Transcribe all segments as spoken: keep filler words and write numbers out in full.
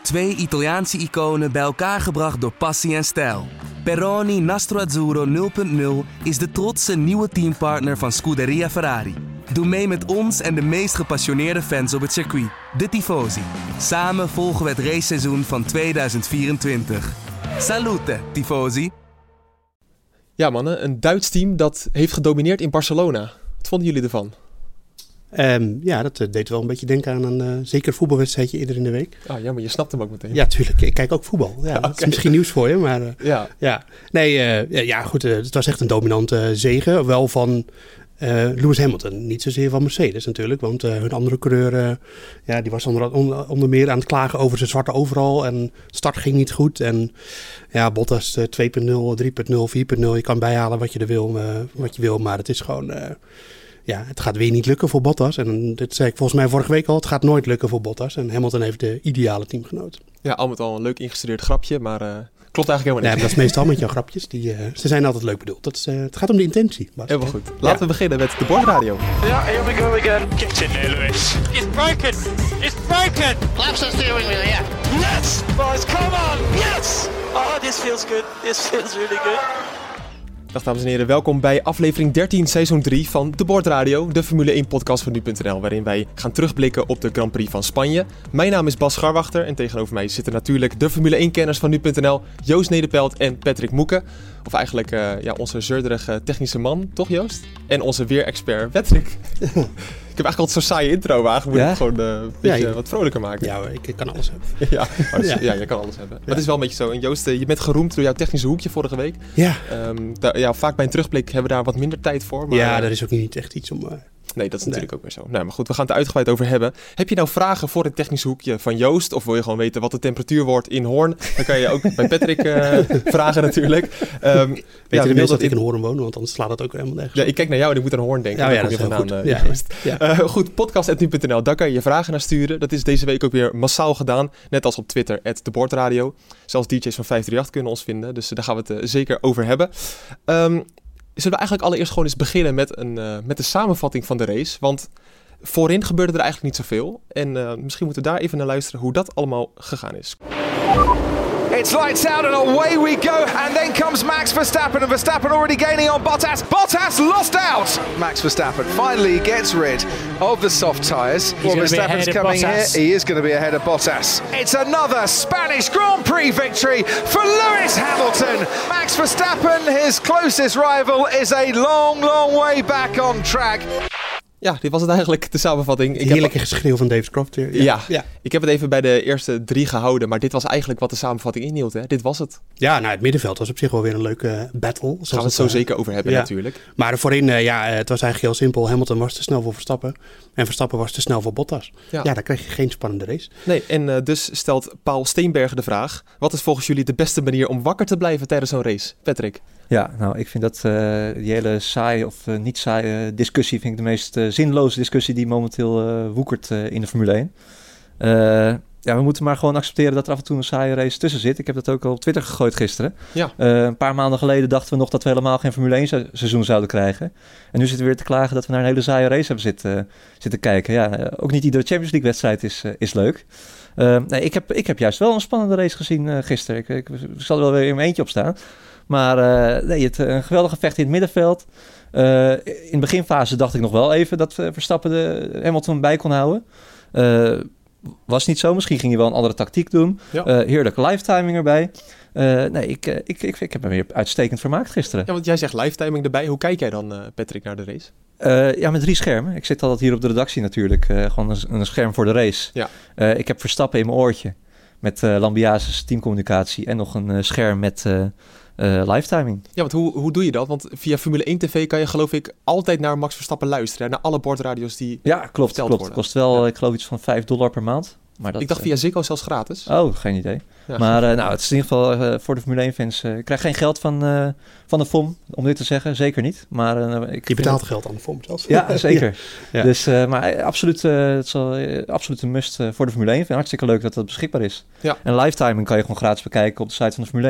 Twee Italiaanse iconen bij elkaar gebracht door passie en stijl. Peroni Nastro Azzurro nul punt nul is de trotse nieuwe teampartner van Scuderia Ferrari. Doe mee met ons en de meest gepassioneerde fans op het circuit, de Tifosi. Samen volgen we het raceseizoen van tweeduizend vierentwintig. Salute, Tifosi! Ja mannen, een Duits team dat heeft gedomineerd in Barcelona. Wat vonden jullie ervan? Um, ja, dat uh, deed wel een beetje denken aan een uh, zeker voetbalwedstrijdje eerder in de week. Ah ja, maar je snapt hem ook meteen. Ja, tuurlijk. Ik kijk ook voetbal. Ja, ja, dat okay. is misschien nieuws voor je, maar uh, ja. ja. Nee, uh, ja goed, uh, het was echt een dominante uh, zege. Wel van uh, Lewis Hamilton, niet zozeer van Mercedes natuurlijk. Want uh, hun andere coureur, uh, ja, die was onder, onder, onder meer aan het klagen over zijn zwarte overal. En de start ging niet goed. En ja, Bottas uh, twee punt nul, drie punt nul, vier punt nul. Je kan bijhalen wat je er wil, uh, wat je wil, maar het is gewoon... Uh, Ja, het gaat weer niet lukken voor Bottas. En dat zei ik volgens mij vorige week al. Het gaat nooit lukken voor Bottas. En Hamilton heeft de ideale teamgenoot. Ja, al met al een leuk ingestudeerd grapje. Maar uh, klopt eigenlijk helemaal niet. Nee, dat is meestal met jouw grapjes. Die, uh, ze zijn altijd leuk bedoeld. Dat is, uh, het gaat om de intentie. Bas. Helemaal goed. Laten ja. we beginnen met de bordradio. Ja, here we go again. Get in there, Lewis. It's broken. It's broken. Laps are steering wheel, yeah. Yes, boys, come on. Yes. Oh, this feels good. This feels really good. Dag dames en heren, welkom bij aflevering dertien, seizoen drie van De Bordradio, de Formule één podcast van nu punt n l, waarin wij gaan terugblikken op de Grand Prix van Spanje. Mijn naam is Bas Scharwachter en tegenover mij zitten natuurlijk de Formule één-kenners van nu punt n l, Joost Nederpelt en Patrick Moeke. Of eigenlijk uh, ja, onze zeurderige technische man, toch Joost? En onze weerexpert Patrick. Ik heb eigenlijk altijd zo'n saaie intro, maar eigenlijk moet ik ja? gewoon uh, een beetje ja, je... wat vrolijker maken. Ja, ik, ik kan alles hebben. ja, dus, ja. ja, je kan alles hebben. Ja. Maar het is wel een beetje zo. En Joost, uh, je bent geroemd door jouw technische hoekje vorige week. Ja. Um, da- ja. Vaak bij een terugblik hebben we daar wat minder tijd voor. Maar, ja, daar is ook niet echt iets om... Uh... Nee, dat is natuurlijk nee. ook weer zo. Nou, maar goed, we gaan het er uitgebreid over hebben. Heb je nou vragen voor het technische hoekje van Joost? Of wil je gewoon weten wat de temperatuur wordt in Hoorn? Dan kan je ook bij Patrick uh, vragen natuurlijk. Um, Weet ja, je dat, dat ik in Hoorn woon? Want anders slaat het ook helemaal nergens. Ja, ik kijk naar jou en ik moet aan Hoorn denken. Oh, ja, dat is vandaan, goed. Uh, ja, ja. Uh, goed, podcast at nu punt n l. Daar kan je je vragen naar sturen. Dat is deze week ook weer massaal gedaan. Net als op Twitter, at de Bordradio. Zelfs D J's van vijf drie acht kunnen ons vinden. Dus uh, daar gaan we het uh, zeker over hebben. Um, Zullen we eigenlijk allereerst gewoon eens beginnen met, een, uh, met de samenvatting van de race. Want voorin gebeurde er eigenlijk niet zoveel. En uh, misschien moeten we daar even naar luisteren hoe dat allemaal gegaan is. It's lights out and away we go. And then comes Max Verstappen. And Verstappen already gaining on Bottas. Bottas lost out. Max Verstappen finally gets rid of the soft tyres. Well, Verstappen's coming here. He is going to be ahead of Bottas. It's another Spanish Grand Prix victory for Lewis Hamilton. Max Verstappen, his closest rival, is a long, long way back on track. Ja, dit was het eigenlijk, de samenvatting. Ik Heerlijke heb... geschreeuw van David Croft. Ja. Ja, ja, ik heb het even bij de eerste drie gehouden, maar dit was eigenlijk wat de samenvatting inhield. Hè? Dit was het. Ja, nou, het middenveld was op zich wel weer een leuke battle. Daar gaan we het zo uh, zeker over hebben ja. natuurlijk. Maar voorin, uh, ja, het was eigenlijk heel simpel. Hamilton was te snel voor Verstappen en Verstappen was te snel voor Bottas. Ja, ja dan kreeg je geen spannende race. Nee, en uh, dus stelt Paul Steenbergen de vraag, wat is volgens jullie de beste manier om wakker te blijven tijdens zo'n race? Patrick? Ja, nou, ik vind dat uh, die hele saaie of uh, niet saaie discussie vind ik de meest uh, zinloze discussie die momenteel uh, woekert uh, in de Formule één. Uh, ja, we moeten maar gewoon accepteren dat er af en toe een saaie race tussen zit. Ik heb dat ook al op Twitter gegooid gisteren. Ja. Uh, een paar maanden geleden dachten we nog dat we helemaal geen Formule één se- seizoen zouden krijgen. En nu zitten we weer te klagen dat we naar een hele saaie race hebben zitten, uh, zitten kijken. Ja, uh, ook niet iedere Champions League wedstrijd is, uh, is leuk. Uh, nee, ik heb, ik heb juist wel een spannende race gezien uh, gisteren. Ik, ik, ik zal er wel weer in mijn eentje op staan. Maar uh, nee, het, een geweldig gevecht in het middenveld. Uh, in de beginfase dacht ik nog wel even dat Verstappen de Hamilton bij kon houden. Uh, was niet zo. Misschien ging hij wel een andere tactiek doen. Ja. Uh, heerlijke live-timing erbij. Uh, nee, ik, ik, ik, ik heb me weer uitstekend vermaakt gisteren. Ja, want jij zegt live-timing erbij. Hoe kijk jij dan, uh, Patrick, naar de race? Uh, ja, met drie schermen. Ik zit altijd hier op de redactie natuurlijk. Uh, gewoon een, een scherm voor de race. Ja. Uh, ik heb Verstappen in mijn oortje. Met uh, Lambiase's teamcommunicatie. En nog een uh, scherm met... Uh, Uh, lifetiming. Ja, want hoe, hoe doe je dat? Want via Formule één tv kan je geloof ik altijd naar Max Verstappen luisteren. Hè? Naar alle bordradio's die ja, klopt, verteld klopt. worden. Kost wel, ja. ik geloof iets van vijf dollar per maand. Maar dat, ik dacht via Ziggo zelfs gratis. Oh, geen idee. Ja. Maar uh, nou, het is in ieder geval uh, voor de Formule één fans. Uh, ik krijg geen geld van, uh, van de F O M, om dit te zeggen. Zeker niet. Maar, uh, ik je betaalt het... geld aan de F O M zelfs. Ja, zeker. ja. Ja. Dus, uh, maar uh, absoluut, uh, het is wel, uh, absoluut een must uh, voor de Formule één. Hartstikke leuk dat dat beschikbaar is. Ja. En lifetiming kan je gewoon gratis bekijken op de site van de Formule één.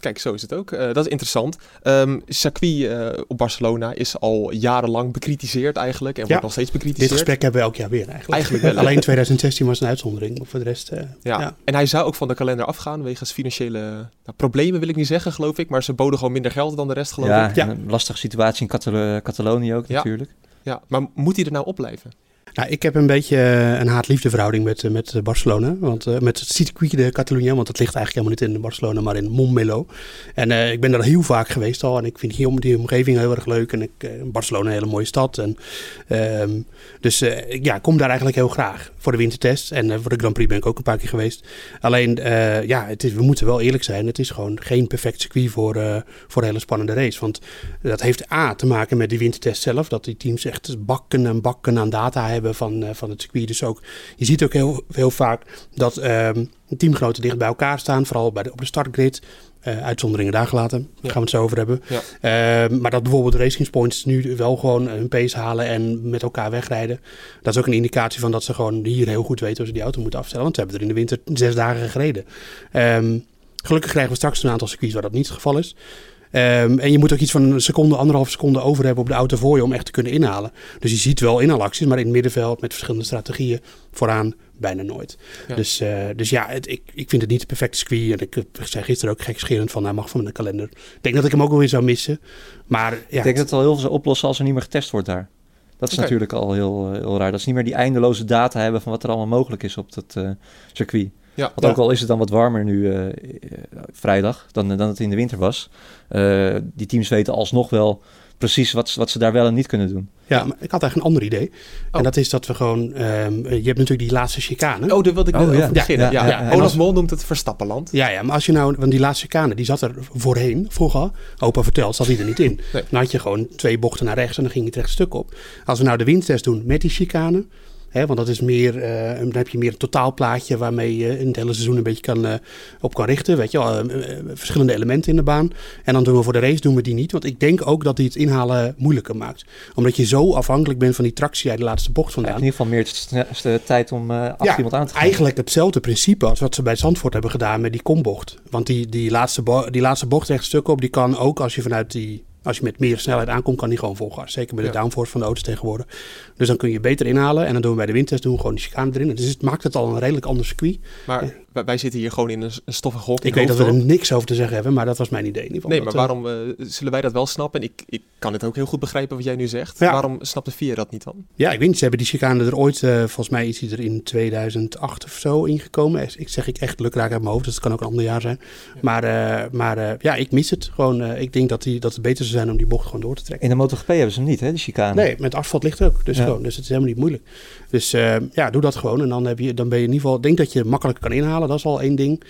Kijk, zo is het ook. Uh, dat is interessant. Um, circuit uh, op Barcelona is al jarenlang bekritiseerd eigenlijk. En ja. wordt nog steeds bekritiseerd. Dit gesprek hebben we elk jaar weer eigenlijk. Eigenlijk wel. Alleen twintig zestien was een uitzondering. Maar voor de rest... Uh, ja. ja. En hij zou ook van de kalender afgaan wegens financiële nou, problemen, wil ik niet zeggen, geloof ik. Maar ze boden gewoon minder geld dan de rest, geloof ja, ik. Ja, een lastige situatie in Catal- Catalonië ook ja. natuurlijk. Ja, maar moet hij er nou op blijven? Nou, ik heb een beetje een haat-liefde verhouding met, met Barcelona. Want, uh, met het circuit de Catalunya. Want het ligt eigenlijk helemaal niet in Barcelona, maar in Montmeló. En uh, ik ben daar heel vaak geweest al. En ik vind die, die omgeving heel erg leuk. En ik, uh, Barcelona een hele mooie stad. En, uh, dus uh, ja, ik kom daar eigenlijk heel graag voor de wintertest. En uh, voor de Grand Prix ben ik ook een paar keer geweest. Alleen, uh, ja, het is, we moeten wel eerlijk zijn. Het is gewoon geen perfect circuit voor, uh, voor een hele spannende race. Want dat heeft A, te maken met die wintertest zelf. Dat die teams echt bakken en bakken aan data hebben. Van, uh, van het circuit. Dus ook, je ziet ook heel, heel vaak dat um, teamgenoten dicht bij elkaar staan. Vooral bij de, op de startgrid. Uh, uitzonderingen daar gelaten. Daar ja. gaan we het zo over hebben. Ja. Uh, maar dat bijvoorbeeld de Racing Points nu wel gewoon hun pace halen en met elkaar wegrijden. Dat is ook een indicatie van dat ze gewoon hier heel goed weten hoe ze die auto moeten afstellen. Want ze hebben er in de winter zes dagen gereden. Um, gelukkig krijgen we straks een aantal circuits waar dat niet het geval is. Um, en je moet ook iets van een seconde, anderhalf seconde over hebben op de auto voor je om echt te kunnen inhalen. Dus je ziet wel inhaalacties, maar in het middenveld met verschillende strategieën vooraan bijna nooit. Ja. Dus, uh, dus ja, het, ik, ik vind het niet het perfecte circuit. En ik, ik zei gisteren ook gekscherend van, hij mag van mijn kalender. Ik denk dat ik hem ook wel weer zou missen. Maar, ja, ik denk dat het al heel veel zou oplossen als er niet meer getest wordt daar. Dat is okay. natuurlijk al heel, heel raar. Dat ze niet meer die eindeloze data hebben van wat er allemaal mogelijk is op dat uh, circuit. Ja, Want ook ja. al is het dan wat warmer nu uh, uh, vrijdag dan, dan het in de winter was. Uh, die teams weten alsnog wel precies wat, wat ze daar wel en niet kunnen doen. Ja, maar ik had eigenlijk een ander idee. Oh. En dat is dat we gewoon... Um, je hebt natuurlijk die laatste chicane. Oh, daar wilde ik oh, ja. beginnen. Ja, ja, ja. ja. Olaf Mol noemt het Verstappenland. Ja, ja, maar als je nou... Want die laatste chicane, die zat er voorheen, vroeger. Opa vertelt, zat die er niet in. Nee. Dan had je gewoon twee bochten naar rechts en dan ging je het rechtstuk op. Als we nou de windtest doen met die chicane... He, want dat is meer, uh, dan heb je meer een totaalplaatje waarmee je in het hele seizoen een beetje kan, uh, op kan richten. Weet je wel, uh, uh, verschillende elementen in de baan. En dan doen we voor de race doen we die niet. Want ik denk ook dat die het inhalen moeilijker maakt. Omdat je zo afhankelijk bent van die tractie uit de laatste bocht vandaan. Ja, in ieder geval meer t- t- tijd om uh, achter ja, iemand aan te gaan. Eigenlijk hetzelfde principe als wat ze bij Zandvoort hebben gedaan met die kombocht. Want die, die, laatste, bo- die laatste bocht rechtstuk op, die kan ook als je vanuit die... Als je met meer snelheid aankomt, kan die gewoon vol gas. Zeker met de ja. downforce van de auto's tegenwoordig. Dus dan kun je beter inhalen. En dan doen we bij de windtest doen we gewoon de chicane erin. Dus het maakt het al een redelijk ander circuit. Maar ja. wij zitten hier gewoon in een, een stoffig hok. Ik weet dat we er niks over te zeggen hebben, maar dat was mijn idee in ieder geval. Nee, maar waarom uh, zullen wij dat wel snappen? En ik, ik kan het ook heel goed begrijpen wat jij nu zegt. Ja. Waarom snapt de V I A dat niet dan? Ja, ik weet niet. Ze hebben die chicane er ooit, uh, volgens mij is die er in tweeduizend acht of zo ingekomen. Ik zeg ik echt lukraak uit mijn hoofd, dus het kan ook een ander jaar zijn. Ja. Maar, uh, maar uh, ja, ik mis het gewoon. Uh, ik denk dat, die, dat het beter zou zijn om die bocht gewoon door te trekken. In de MotoGP hebben ze hem niet, hè, die chicane? Nee, met asfalt ligt ook. Dus, ja. gewoon, dus het is helemaal niet moeilijk. Dus uh, ja, doe dat gewoon. En dan, heb je, dan ben je in ieder geval... denk dat je makkelijker kan inhalen. Dat is al één ding.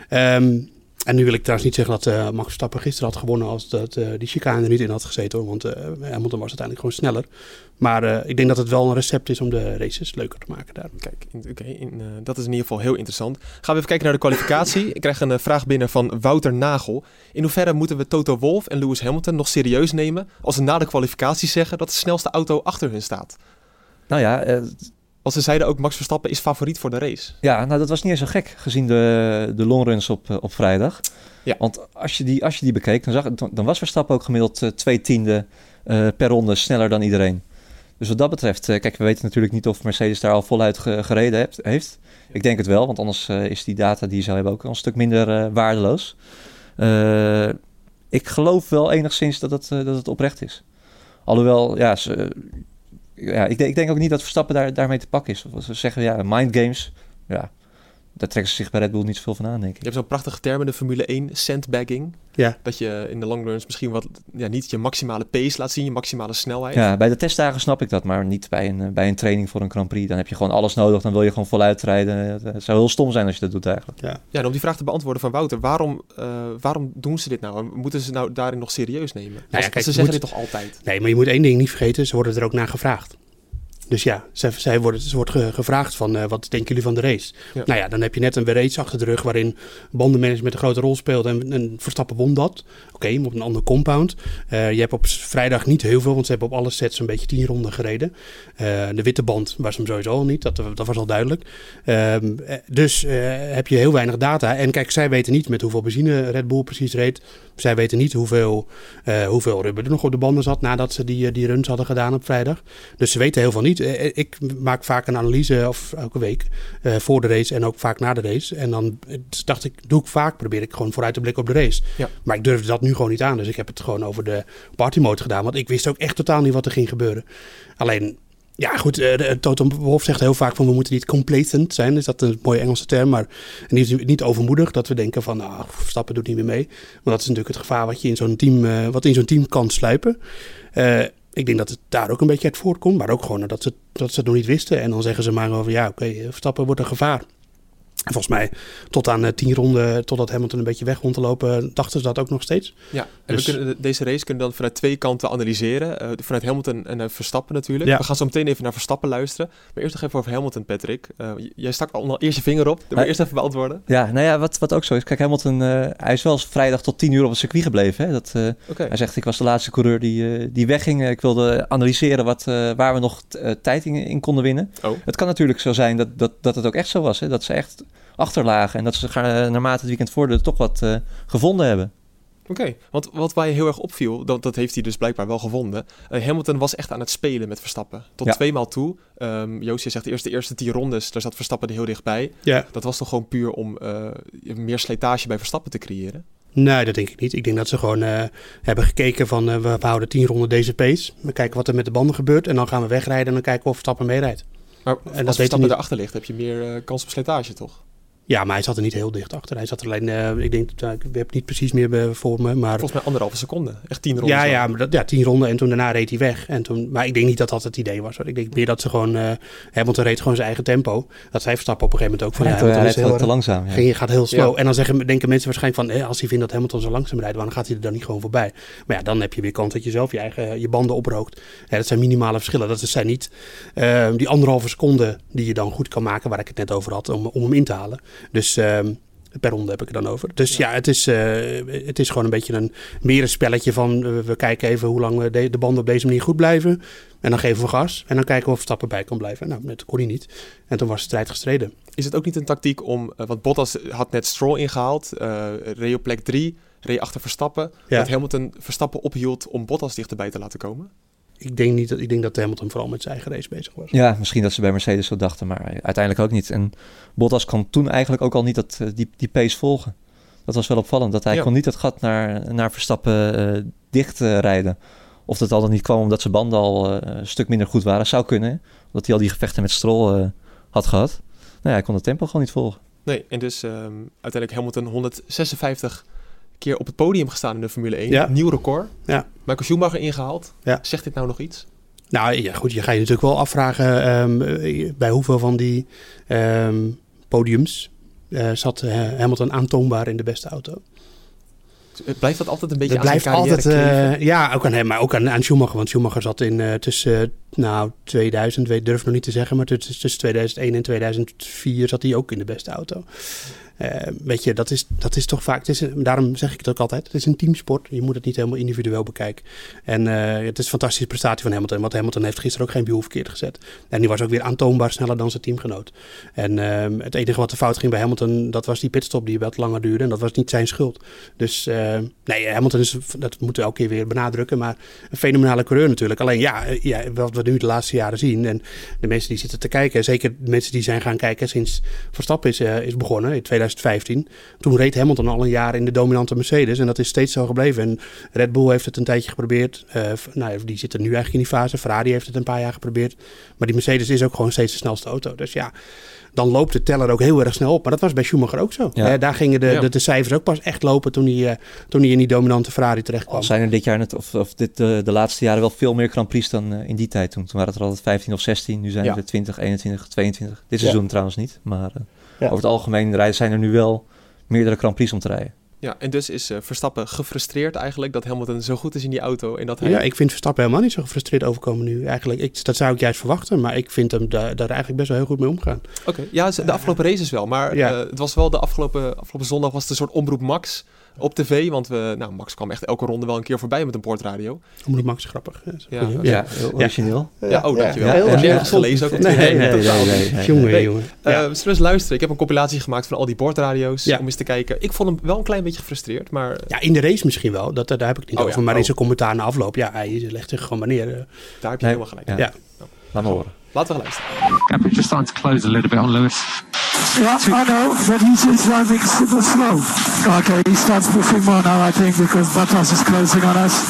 Um, en nu wil ik trouwens niet zeggen dat uh, Max Verstappen gisteren had gewonnen... als dat, uh, die chicane er niet in had gezeten. Hoor, want uh, Hamilton was uiteindelijk gewoon sneller. Maar uh, ik denk dat het wel een recept is om de races leuker te maken daar. Kijk, oké, okay, uh, dat is in ieder geval heel interessant. Gaan we even kijken naar de kwalificatie. Ik krijg een uh, vraag binnen van Wouter Nagel. In hoeverre moeten we Toto Wolff en Lewis Hamilton nog serieus nemen... als ze na de kwalificatie zeggen dat de snelste auto achter hun staat? Nou ja... Uh... Want ze zeiden ook Max Verstappen is favoriet voor de race. Ja, nou dat was niet eens zo gek gezien de, de longruns op, op vrijdag. Ja. Want als je die, als je die bekeek, dan, zag, dan, dan was Verstappen ook gemiddeld uh, twee tiende uh, per ronde sneller dan iedereen. Dus wat dat betreft, uh, kijk, we weten natuurlijk niet of Mercedes daar al voluit ge, gereden heeft, heeft. Ik denk het wel, want anders uh, is die data die ze hebben ook een stuk minder uh, waardeloos. Uh, ik geloof wel enigszins dat het, uh, dat het oprecht is. Alhoewel, ja... Ze, uh, Ja, ik, ik denk ook niet dat Verstappen daar, daarmee te pakken is. Of ze zeggen, ja, mind games. Ja, daar trekken ze zich bij Red Bull niet zoveel van aan, denk ik. Je hebt zo'n prachtige term in de Formule één, sandbagging. Ja. Dat je in de longruns misschien wat, ja, niet je maximale pace laat zien, je maximale snelheid. Ja, bij de testdagen snap ik dat, maar niet bij een, bij een training voor een Grand Prix. Dan heb je gewoon alles nodig, dan wil je gewoon voluit rijden. Het zou heel stom zijn als je dat doet eigenlijk. Ja, ja en om die vraag te beantwoorden van Wouter, waarom, uh, waarom doen ze dit nou? Moeten ze nou daarin nog serieus nemen? Nou ja, kijk, ze zeggen moet, dit toch altijd? Nee, maar je moet één ding niet vergeten, ze worden er ook naar gevraagd. Dus ja, zij, zij worden, ze wordt ge, gevraagd van uh, wat denken jullie van de race? Ja. Nou ja, dan heb je net een race achter de rug waarin bandenmanagement een grote rol speelt en, en Verstappen won dat. Oké, okay, op een ander compound. Uh, je hebt op vrijdag niet heel veel, want ze hebben op alle sets een beetje tien ronden gereden. Uh, de witte band was hem sowieso al niet, dat, dat was al duidelijk. Uh, dus uh, heb je heel weinig data. En kijk, zij weten niet met hoeveel benzine Red Bull precies reed. Zij weten niet hoeveel, uh, hoeveel rubber er nog op de banden zat nadat ze die, die runs hadden gedaan op vrijdag. Dus ze weten heel veel niet. Ik maak vaak een analyse, of elke week, uh, voor de race en ook vaak na de race. En dan dacht ik, doe ik vaak, probeer ik gewoon vooruit te blikken op de race. Ja. Maar ik durfde dat nu gewoon niet aan. Dus ik heb het gewoon over de party mode gedaan. Want ik wist ook echt totaal niet wat er ging gebeuren. Alleen, ja goed, uh, Toto Wolff zegt heel vaak van we moeten niet complacent zijn. Is dat een mooie Engelse term, maar niet, niet overmoedig. Dat we denken van, nou, Verstappen doet niet meer mee. Maar dat is natuurlijk het gevaar wat je in zo'n team, uh, wat in zo'n team kan sluipen. Uh, Ik denk dat het daar ook een beetje uit voortkomt. Maar ook gewoon dat ze, dat ze het nog niet wisten. En dan zeggen ze maar over, ja, oké, okay, Verstappen wordt een gevaar. En volgens mij tot aan uh, tien ronden, totdat Hamilton een beetje weg rond te lopen, dachten ze dat ook nog steeds. Ja, en dus, we kunnen, deze race kunnen we dan vanuit twee kanten analyseren. Uh, vanuit Hamilton en uh, Verstappen natuurlijk. Ja. We gaan zo meteen even naar Verstappen luisteren. Maar eerst nog even over Hamilton, Patrick. Uh, jij stak al eerst je vinger op. Dat wil eerst even beantwoorden. Ja, nou ja, wat, wat ook zo is. Kijk, Hamilton, uh, hij is wel vrijdag tot tien uur op het circuit gebleven. Hè? Dat, uh, okay. Hij zegt, ik was de laatste coureur die, uh, die wegging. Ik wilde analyseren wat, uh, waar we nog t- uh, tijd in, in konden winnen. Oh. Het kan natuurlijk zo zijn dat, dat, dat het ook echt zo was. Hè? Dat ze echt achterlagen en dat ze naarmate het weekend vorderde toch wat uh, gevonden hebben. Oké, okay, want wat mij heel erg opviel, dat, dat heeft hij dus blijkbaar wel gevonden. Uh, Hamilton was echt aan het spelen met Verstappen. Tot ja. tweemaal toe. Um, Joost, je zegt eerst de eerste tien rondes, daar zat Verstappen er heel dichtbij. Ja. Dat was toch gewoon puur om uh, meer slijtage bij Verstappen te creëren? Nee, dat denk ik niet. Ik denk dat ze gewoon uh, hebben gekeken van uh, we houden tien ronden deze pace. We kijken wat er met de banden gebeurt en dan gaan we wegrijden en dan kijken of Verstappen meerijdt. Maar en als Verstappen erachter ligt, heb je meer uh, kans op slijtage, toch? Ja, maar hij zat er niet heel dicht achter. Hij zat er alleen, uh, ik denk, uh, ik heb het niet precies meer voor me. Maar volgens mij anderhalve seconde. Echt tien ronden. Ja, ja, maar dat, ja, tien ronden en toen daarna reed hij weg. En toen, maar ik denk niet dat dat het idee was. Hoor. Ik denk meer dat ze gewoon, uh, Hamilton reed gewoon zijn eigen tempo. Dat zei Verstappen op een gegeven moment ook van, ja, ja, hij rijdt heel te langzaam. Ja. Ging, gaat heel slow. Ja. En dan zeggen, denken mensen waarschijnlijk van, eh, als hij vindt dat Hamilton zo langzaam rijdt, dan gaat hij er dan niet gewoon voorbij. Maar ja, dan heb je weer kans dat je zelf je eigen je banden oprookt. Ja, dat zijn minimale verschillen. Dat zijn niet uh, die anderhalve seconde die je dan goed kan maken, waar ik het net over had, om, om hem in te halen. Dus Uh, per ronde heb ik het dan over. Dus ja, ja het, is, uh, het is gewoon een beetje een meer een spelletje van uh, we kijken even hoe lang de, de banden op deze manier goed blijven. En dan geven we gas. En dan kijken we of Verstappen bij kan blijven. Nou, dat kon hij niet. En toen was de strijd gestreden. Is het ook niet een tactiek om, uh, want Bottas had net Stroll ingehaald, uh, reed op plek drie, reed achter Verstappen. Ja. Dat Hamilton Verstappen ophield om Bottas dichterbij te laten komen? Ik denk, niet dat, ik denk dat Hamilton vooral met zijn eigen race bezig was. Ja, misschien dat ze bij Mercedes zo dachten, maar uiteindelijk ook niet. En Bottas kon toen eigenlijk ook al niet dat, die, die pace volgen. Dat was wel opvallend, dat hij ja. kon niet het gat naar, naar Verstappen uh, dicht uh, rijden. Of dat al dan niet kwam omdat zijn banden al uh, een stuk minder goed waren. Zou kunnen, hè? Omdat hij al die gevechten met Stroll uh, had gehad. Nou ja, hij kon het tempo gewoon niet volgen. Nee, en dus um, uiteindelijk Hamilton honderdzesenvijftig keer op het podium gestaan in de Formule één. Ja. Nieuw record. Ja. Michael Schumacher ingehaald. Ja. Zegt dit nou nog iets? Nou ja, goed, je gaat je natuurlijk wel afvragen um, bij hoeveel van die um, podiums uh, zat uh, Hamilton aantoonbaar in de beste auto. Blijft dat altijd een beetje dat aan blijft altijd, uh, ja, ook aan hem, maar ook aan, aan Schumacher. Want Schumacher zat in uh, tussen, uh, nou, tweeduizend, weet, durf nog niet te zeggen, maar tussen, tussen tweeduizend één en tweeduizend vier zat hij ook in de beste auto. Uh, weet je, dat is, dat is toch vaak, het is een, daarom zeg ik het ook altijd, het is een teamsport. Je moet het niet helemaal individueel bekijken. En uh, het is een fantastische prestatie van Hamilton, want Hamilton heeft gisteren ook geen wiel verkeerd gezet. En die was ook weer aantoonbaar sneller dan zijn teamgenoot. En uh, het enige wat er fout ging bij Hamilton, dat was die pitstop die wat langer duurde. En dat was niet zijn schuld. Dus uh, nee, Hamilton is, dat moeten we elke keer weer benadrukken, maar een fenomenale coureur natuurlijk. Alleen ja, ja, wat we nu de laatste jaren zien, en de mensen die zitten te kijken, zeker de mensen die zijn gaan kijken sinds Verstappen is, uh, is begonnen in tweeduizend vijftien. Toen reed Hamilton al een jaar in de dominante Mercedes en dat is steeds zo gebleven. En Red Bull heeft het een tijdje geprobeerd. Uh, nou, die zitten nu eigenlijk in die fase. Ferrari heeft het een paar jaar geprobeerd. Maar die Mercedes is ook gewoon steeds de snelste auto. Dus ja, dan loopt de teller ook heel erg snel op. Maar dat was bij Schumacher ook zo. Ja. Uh, daar gingen de, ja. de, de cijfers ook pas echt lopen toen hij, uh, toen hij in die dominante Ferrari terecht kwam. Al zijn er dit jaar net, of, of dit, uh, de laatste jaren wel veel meer Grand Prix dan uh, in die tijd toen. Toen waren het er altijd vijftien of zestien. Nu zijn ja. er twintig, eenentwintig, tweeëntwintig. Dit seizoen ja. trouwens niet. Maar uh, ja. over het algemeen zijn er nu wel meerdere Grand Prix om te rijden. Ja, en dus is uh, Verstappen gefrustreerd eigenlijk dat Hamilton zo goed is in die auto. En dat hij... Ja, ik vind Verstappen helemaal niet zo gefrustreerd overkomen nu. Eigenlijk, ik, dat zou ik juist verwachten, maar ik vind hem da- daar eigenlijk best wel heel goed mee omgaan. Oké, okay. ja, de afgelopen races wel. Maar ja. uh, het was wel de afgelopen, afgelopen zondag was het een soort omroep Max op tv. Want we, nou, Max kwam echt elke ronde wel een keer voorbij met een boordradio. Omroep Max is grappig. Ja, ja, ja, heel origineel. Ja, ja oh, dankjewel. Ja, ja, ja, nergens ja, gelezen ook. Nee, nee, nee. nee, nee, nee, nee. Jongen, nee. jongen. Uh, ja. Zullen we eens luisteren? Ik heb een compilatie gemaakt van al die boordradio's ja. om eens te kijken. Ik vond hem wel een klein beetje gefrustreerd, maar... Ja, in de race misschien wel. Dat, daar heb ik het niet oh, over. Ja. Maar oh. in zijn commentaar na afloop, ja, hij legt zich gewoon maar neer. Uh. Daar heb je nee. helemaal gelijk. Ja. ja. Nou. Laat me horen. Laten we luisteren. Gap is just starting to close a little bit on Lewis. Yeah, I know, but he's just driving super slow. Okay, he starts pushing more now, I think, because Bottas is closing on us.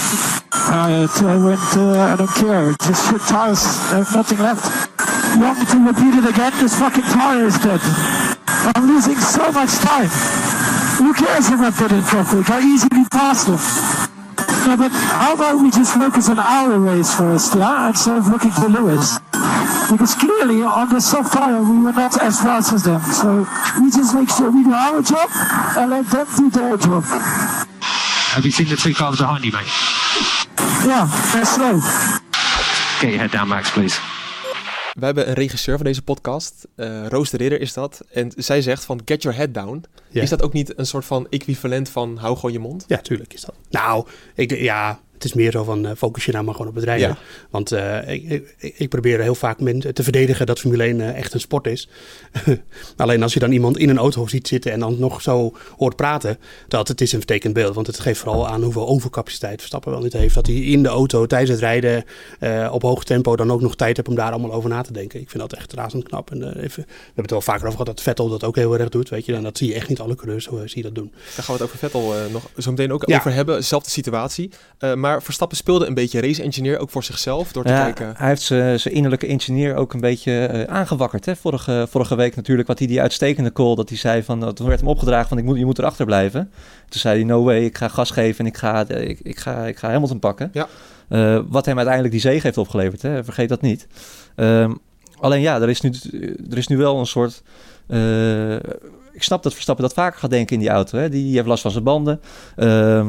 I uh, went, uh, I don't care, just shit tires, there's nothing left. You want me to repeat it again? This fucking tire is dead. I'm losing so much time. Who cares if I put it properly? I easily passed him. No, but how about we just focus on our race first, yeah, instead of looking to Lewis? Because clearly on the soft tire we were not as fast as them. So we just make sure we do our job and let them do their job. Have you seen the two cars behind you, mate? Yeah, they're slow. Get your head down, Max, please. We hebben een regisseur van deze podcast, uh, Roos de Ridder is dat. En zij zegt van get your head down. Ja. Is dat ook niet een soort van equivalent van hou gewoon je mond? Ja, tuurlijk is dat. Nou, ik, ja, het is meer zo van uh, focus je nou maar gewoon op het rijden. Ja. Want uh, ik, ik, ik probeer heel vaak men, te verdedigen dat Formule één uh, echt een sport is. Alleen als je dan iemand in een auto ziet zitten en dan nog zo hoort praten, dat het is een vertekend beeld. Want het geeft vooral aan hoeveel overcapaciteit Verstappen wel niet heeft. Dat hij in de auto tijdens het rijden uh, op hoog tempo dan ook nog tijd heeft om daar allemaal over na te denken. Ik vind dat echt razend knap. En, uh, even, we hebben het wel vaker over gehad dat Vettel dat ook heel erg doet. Weet je, en dat zie je echt niet alle coureurs uh, zie je dat doen. Daar gaan we het over Vettel uh, nog zo meteen ook ja. over hebben. Zelfde situatie. Uh, maar Verstappen speelde een beetje race-engineer ook voor zichzelf door te ja, kijken. Hij heeft zijn innerlijke engineer ook een beetje uh, aangewakkerd. Hè? Vorige, vorige week natuurlijk, wat hij die uitstekende call, dat hij zei van, uh, toen werd hem opgedragen van ik moet, je moet erachter blijven. Toen zei hij no way, ik ga gas geven en ik ga, uh, ik, ik ga, ik ga Hamilton pakken. Ja. Uh, wat hem uiteindelijk die zege heeft opgeleverd, hè? Vergeet dat niet. Um, alleen ja, er is, nu, er is nu wel een soort... Uh, ik snap dat Verstappen dat vaker gaat denken in die auto. Hè? Die, die heeft last van zijn banden. Uh,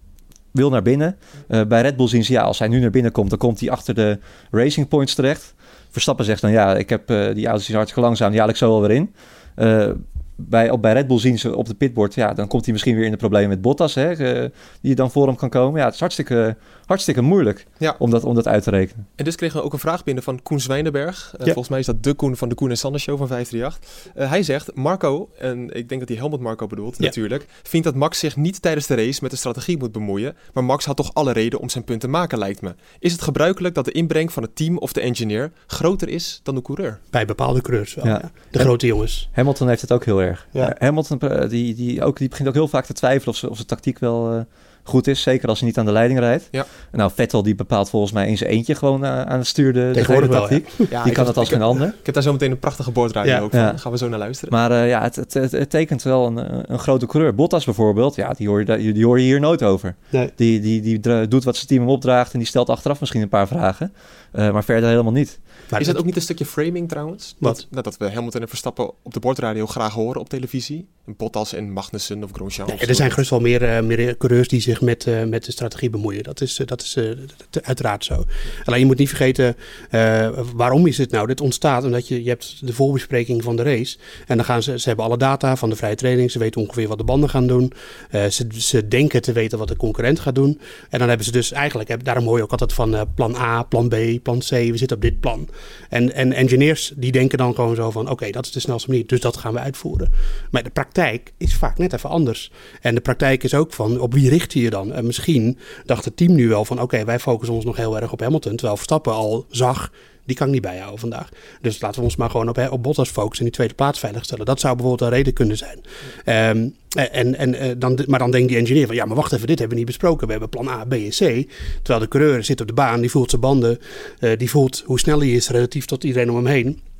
wil naar binnen. Uh, bij Red Bull zien ze, ja, als hij nu naar binnen komt, dan komt hij achter de Racing Points terecht. Verstappen zegt dan, ja, ik heb uh, die auto's zijn hartstikke langzaam, die haal ik zo wel weer in. Uh, bij, op, bij Red Bull zien ze op de pitboard, ja, dan komt hij misschien weer in de problemen met Bottas, hè, uh, die dan voor hem kan komen. Ja, het is hartstikke, hartstikke moeilijk ja. om, dat, om dat uit te rekenen. En dus kregen we ook een vraag binnen van Koen Zwijnenberg. Uh, ja. Volgens mij is dat de Koen van de Koen en Sander Show van vijf drie acht. Uh, hij zegt, Marco, en ik denk dat hij Helmut Marco bedoelt ja. natuurlijk, vindt dat Max zich niet tijdens de race met de strategie moet bemoeien, maar Max had toch alle reden om zijn punt te maken, lijkt me. Is het gebruikelijk dat de inbreng van het team of de engineer groter is dan de coureur? Bij bepaalde coureurs wel, ja. Ja. De en grote jongens. Hamilton heeft het ook heel erg. Ja. Uh, Hamilton die, die, ook, die begint ook heel vaak te twijfelen of, ze, of zijn tactiek wel... Uh, goed is, zeker als hij niet aan de leiding rijdt. Ja. Nou, Vettel die bepaalt volgens mij in zijn eentje gewoon uh, aan het stuur de, de hele tactiek. Ja. Ja, die kan het als geen ander. Ik heb daar zo meteen een prachtige boordradio ja. ook van. Ja. Daar gaan we zo naar luisteren. Maar uh, ja, het, het, het, het tekent wel een, een grote coureur. Bottas bijvoorbeeld, ja, die hoor je, die, die hoor je hier nooit over. Nee. Die, die, die, die doet wat zijn team hem opdraagt en die stelt achteraf misschien een paar vragen. Uh, maar verder helemaal niet. Maar is dat ook niet een stukje framing trouwens? Wat? Dat, dat we Hamilton en Verstappen op de boordradio graag horen op televisie. Bottas en Magnussen of Grosjean. Nee, er zijn gerust wel meer, uh, meer coureurs die zich met, uh, met de strategie bemoeien. Dat is, uh, dat is uh, te, uiteraard zo. Alleen je moet niet vergeten, uh, waarom is het nou? Dit ontstaat omdat je, je hebt de voorbespreking van de race. En dan gaan ze, ze hebben alle data van de vrije training. Ze weten ongeveer wat de banden gaan doen. Uh, ze, ze denken te weten wat de concurrent gaat doen. En dan hebben ze dus eigenlijk, daarom hoor je ook altijd van uh, plan A, plan B, plan C. We zitten op dit plan. En, en engineers die denken dan gewoon zo van, oké, okay, dat is de snelste manier. Dus dat gaan we uitvoeren. Maar de praktijk is vaak net even anders. En de praktijk is ook van, op wie richt je je dan? En misschien dacht het team nu wel van, oké, okay, wij focussen ons nog heel erg op Hamilton. Terwijl Verstappen al zag, die kan ik niet bijhouden vandaag. Dus laten we ons maar gewoon op, op Bottas focussen en die tweede plaats veiligstellen. Dat zou bijvoorbeeld een reden kunnen zijn. Um, en, en, dan, maar dan denkt die engineer van, ja, maar wacht even, dit hebben we niet besproken. We hebben plan A, B en C. Terwijl de coureur zit op de baan, die voelt zijn banden, uh, die voelt hoe snel hij is relatief tot iedereen om hem heen.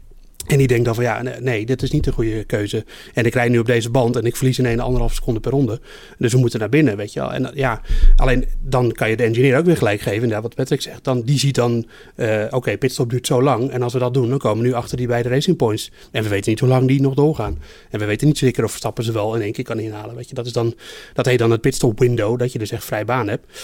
En die denkt dan van ja, nee, dit is niet de goede keuze. En ik rijd nu op deze band en ik verlies in een anderhalf seconde per ronde. Dus we moeten naar binnen, weet je wel. En ja, alleen dan kan je de engineer ook weer gelijk geven. Inderdaad, wat Patrick zegt. Dan, die ziet dan, uh, oké, okay, pitstop duurt zo lang. En als we dat doen, dan komen we nu achter die beide Racing Points. En we weten niet hoe lang die nog doorgaan. En we weten niet zeker of Verstappen ze wel in één keer kan inhalen. Weet je, dat is dan, dat heet dan het pitstop window, dat je dus echt vrij baan hebt.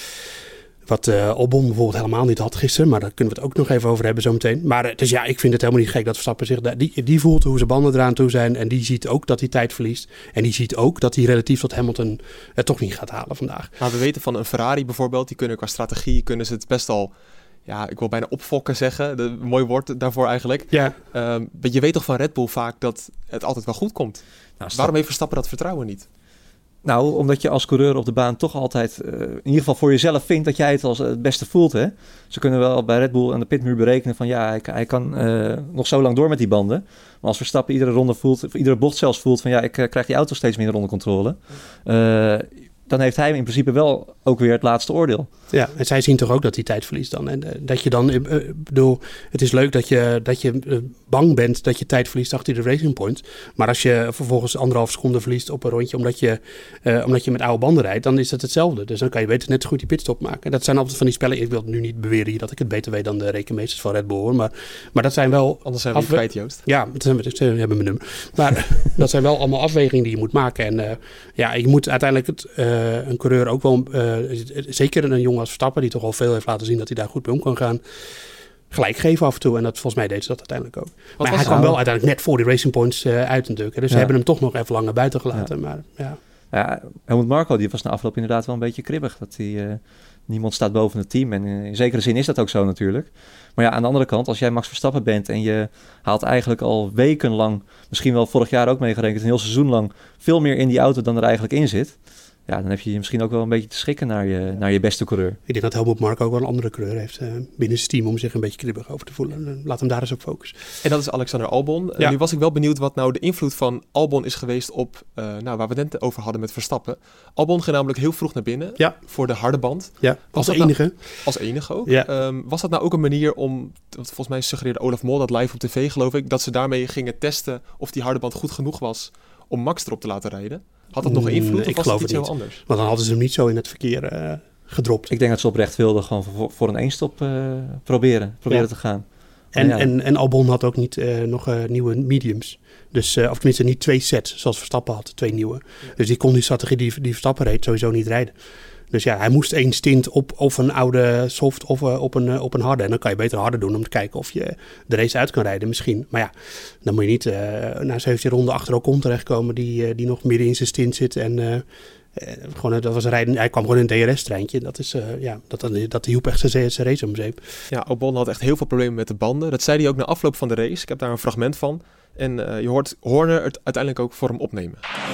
Wat uh, Albon bijvoorbeeld helemaal niet had gisteren. Maar daar kunnen we het ook nog even over hebben zometeen. Maar uh, dus ja, ik vind het helemaal niet gek dat Verstappen zich... Da- die, die voelt hoe zijn banden eraan toe zijn. En die ziet ook dat hij tijd verliest. En die ziet ook dat hij relatief tot Hamilton het toch niet gaat halen vandaag. Maar we weten van een Ferrari bijvoorbeeld. Die kunnen qua strategie kunnen ze het best al... Ja, ik wil bijna opfokken zeggen. De, een mooi woord daarvoor eigenlijk. Ja. Um, je weet toch van Red Bull vaak dat het altijd wel goed komt. Nou, Waarom heeft Verstappen dat vertrouwen niet? Nou, omdat je als coureur op de baan toch altijd, uh, in ieder geval voor jezelf vindt dat jij het als het beste voelt. Hè? Ze kunnen wel bij Red Bull aan de pitmuur berekenen van ja, hij, hij kan uh, nog zo lang door met die banden. Maar als Verstappen iedere ronde voelt, of iedere bocht zelfs voelt van ja, ik uh, krijg die auto steeds minder onder controle. Uh, dan heeft hij in principe wel ook weer het laatste oordeel. Ja, en zij zien toch ook dat hij tijd verliest dan. En uh, dat je dan, uh, bedoel, het is leuk dat je, dat je uh, bang bent dat je tijd verliest achter de Racing Point. Maar als je vervolgens anderhalf seconde verliest op een rondje omdat je, uh, omdat je met oude banden rijdt, dan is het hetzelfde. Dus dan kan je beter net zo goed die pitstop maken. Dat zijn altijd van die spellen. Ik wil nu niet beweren hier dat ik het beter weet dan de rekenmeesters van Red Bull, hoor. Maar, maar dat zijn wel... Anders zijn we afwe- kwijt, Joost. Ja, dat zijn we, ze hebben mijn nummer. Maar dat zijn wel allemaal afwegingen die je moet maken. En uh, ja, je moet uiteindelijk het, uh, een coureur ook wel, uh, zeker een jongen als Verstappen, die toch al veel heeft laten zien dat hij daar goed mee om kan gaan, gelijk geven af en toe. En dat, volgens mij deed ze dat uiteindelijk ook. Wat maar hij kwam wel uiteindelijk net voor die Racing Points uh, uit natuurlijk. Dus ja. Ze hebben hem toch nog even langer buiten gelaten. Ja. Maar, ja. Ja, Helmut Marko die was na afloop inderdaad wel een beetje kribbig. Dat hij, uh, niemand staat boven het team. En in zekere zin is dat ook zo natuurlijk. Maar ja, aan de andere kant, als jij Max Verstappen bent en je haalt eigenlijk al wekenlang, misschien wel vorig jaar ook meegerekend, een heel seizoen lang, veel meer in die auto dan er eigenlijk in zit. Ja, dan heb je je misschien ook wel een beetje te schikken naar je, naar je beste coureur. Ik denk dat Helmut Marko ook wel een andere coureur heeft uh, binnen zijn team om zich een beetje kribbig over te voelen. Laat hem daar eens op focussen. En dat is Alexander Albon. Ja. Uh, nu was ik wel benieuwd wat nou de invloed van Albon is geweest op, uh, nou, waar we het net over hadden met Verstappen. Albon ging namelijk heel vroeg naar binnen ja. voor de harde band. Ja, als enige. Nou, als enige ook. Ja. Um, was dat nou ook een manier om, volgens mij suggereerde Olaf Mol dat live op tv geloof ik, dat ze daarmee gingen testen of die harde band goed genoeg was om Max erop te laten rijden? Had dat nog een invloed mm, of was het iets heel anders? Want dan hadden ze hem niet zo in het verkeer uh, gedropt. Ik denk dat ze oprecht wilden gewoon voor, voor een eenstop uh, proberen, proberen ja. te gaan. En, ja. en, en Albon had ook niet uh, nog uh, nieuwe mediums. Dus, uh, of tenminste niet twee sets zoals Verstappen had, twee nieuwe. Ja. Dus die kon die strategie die, die Verstappen reed sowieso niet rijden. Dus ja, hij moest één stint op of een oude soft of uh, op, een, uh, op een harde. En dan kan je beter harder doen om te kijken of je de race uit kan rijden misschien. Maar ja, dan moet je niet uh, na zeventien ronden achter Ocon terechtkomen die, uh, die nog midden in zijn stint zit. En uh, uh, gewoon, dat was een rijden, hij kwam gewoon in een D R S-treintje. Dat, is, uh, ja, dat, dat hielp echt zijn, zijn race om zeep. Ja, Ocon had echt heel veel problemen met de banden. Dat zei hij ook na afloop van de race. Ik heb daar een fragment van. En uh, je hoort Horner het uiteindelijk ook voor hem opnemen.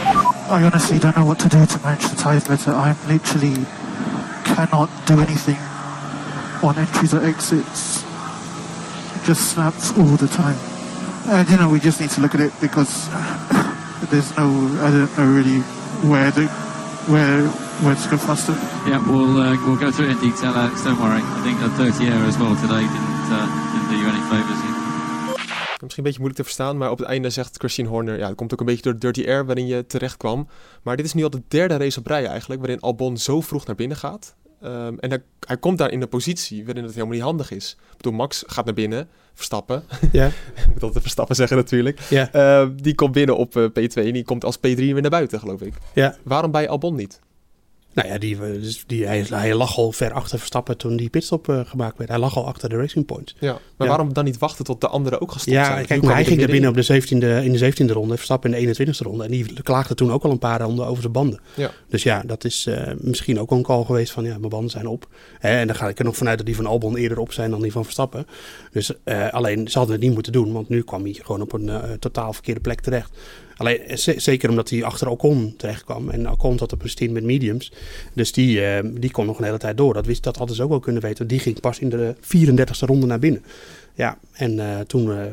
I honestly don't know what to do to manage the tyre better. I'm literally cannot do anything on entries or exits. It just snaps all the time. And you know, we just need to look at it because there's no, I don't know really where the, where, where to go faster. Yeah, we'll uh, we'll go through it in detail, Alex. Don't worry. I think that dirty air as well today didn't uh, didn't do you any favours. Misschien een beetje moeilijk te verstaan, maar op het einde zegt Christian Horner, ja, dat komt ook een beetje door de dirty air waarin je terecht kwam. Maar dit is nu al de derde race op rij eigenlijk, waarin Albon zo vroeg naar binnen gaat. Um, en hij, hij komt daar in een positie waarin het helemaal niet handig is. Ik bedoel, Max gaat naar binnen, Verstappen. Ja. Ik moet altijd Verstappen zeggen natuurlijk. Ja. Uh, die komt binnen op uh, P twee en die komt als P drie weer naar buiten, geloof ik. Ja. Waarom bij Albon niet? Nou ja, die, die, hij, hij lag al ver achter Verstappen toen die pitstop uh, gemaakt werd. Hij lag al achter de Racing Point. Ja, maar ja. waarom dan niet wachten tot de anderen ook gestopt ja, zijn? Ja, kijk, maar hij ging er binnen op de zeventiende, in de zeventiende ronde. Verstappen in de eenentwintigste ronde. En die klaagde toen ook al een paar ronden over zijn banden. Ja. Dus ja, dat is uh, misschien ook al een call geweest van ja, mijn banden zijn op. Hè, en dan ga ik er nog vanuit dat die van Albon eerder op zijn dan die van Verstappen. Dus uh, alleen, ze hadden het niet moeten doen. Want nu kwam hij gewoon op een uh, totaal verkeerde plek terecht. Alleen, z- zeker omdat hij achter Ocon terecht kwam. En Ocon zat op een stint met mediums. Dus die, uh, die kon nog een hele tijd door. Dat, wist, dat hadden ze ook wel kunnen weten. Die ging pas in de vierendertigste ronde naar binnen. Ja, en uh, toen uh,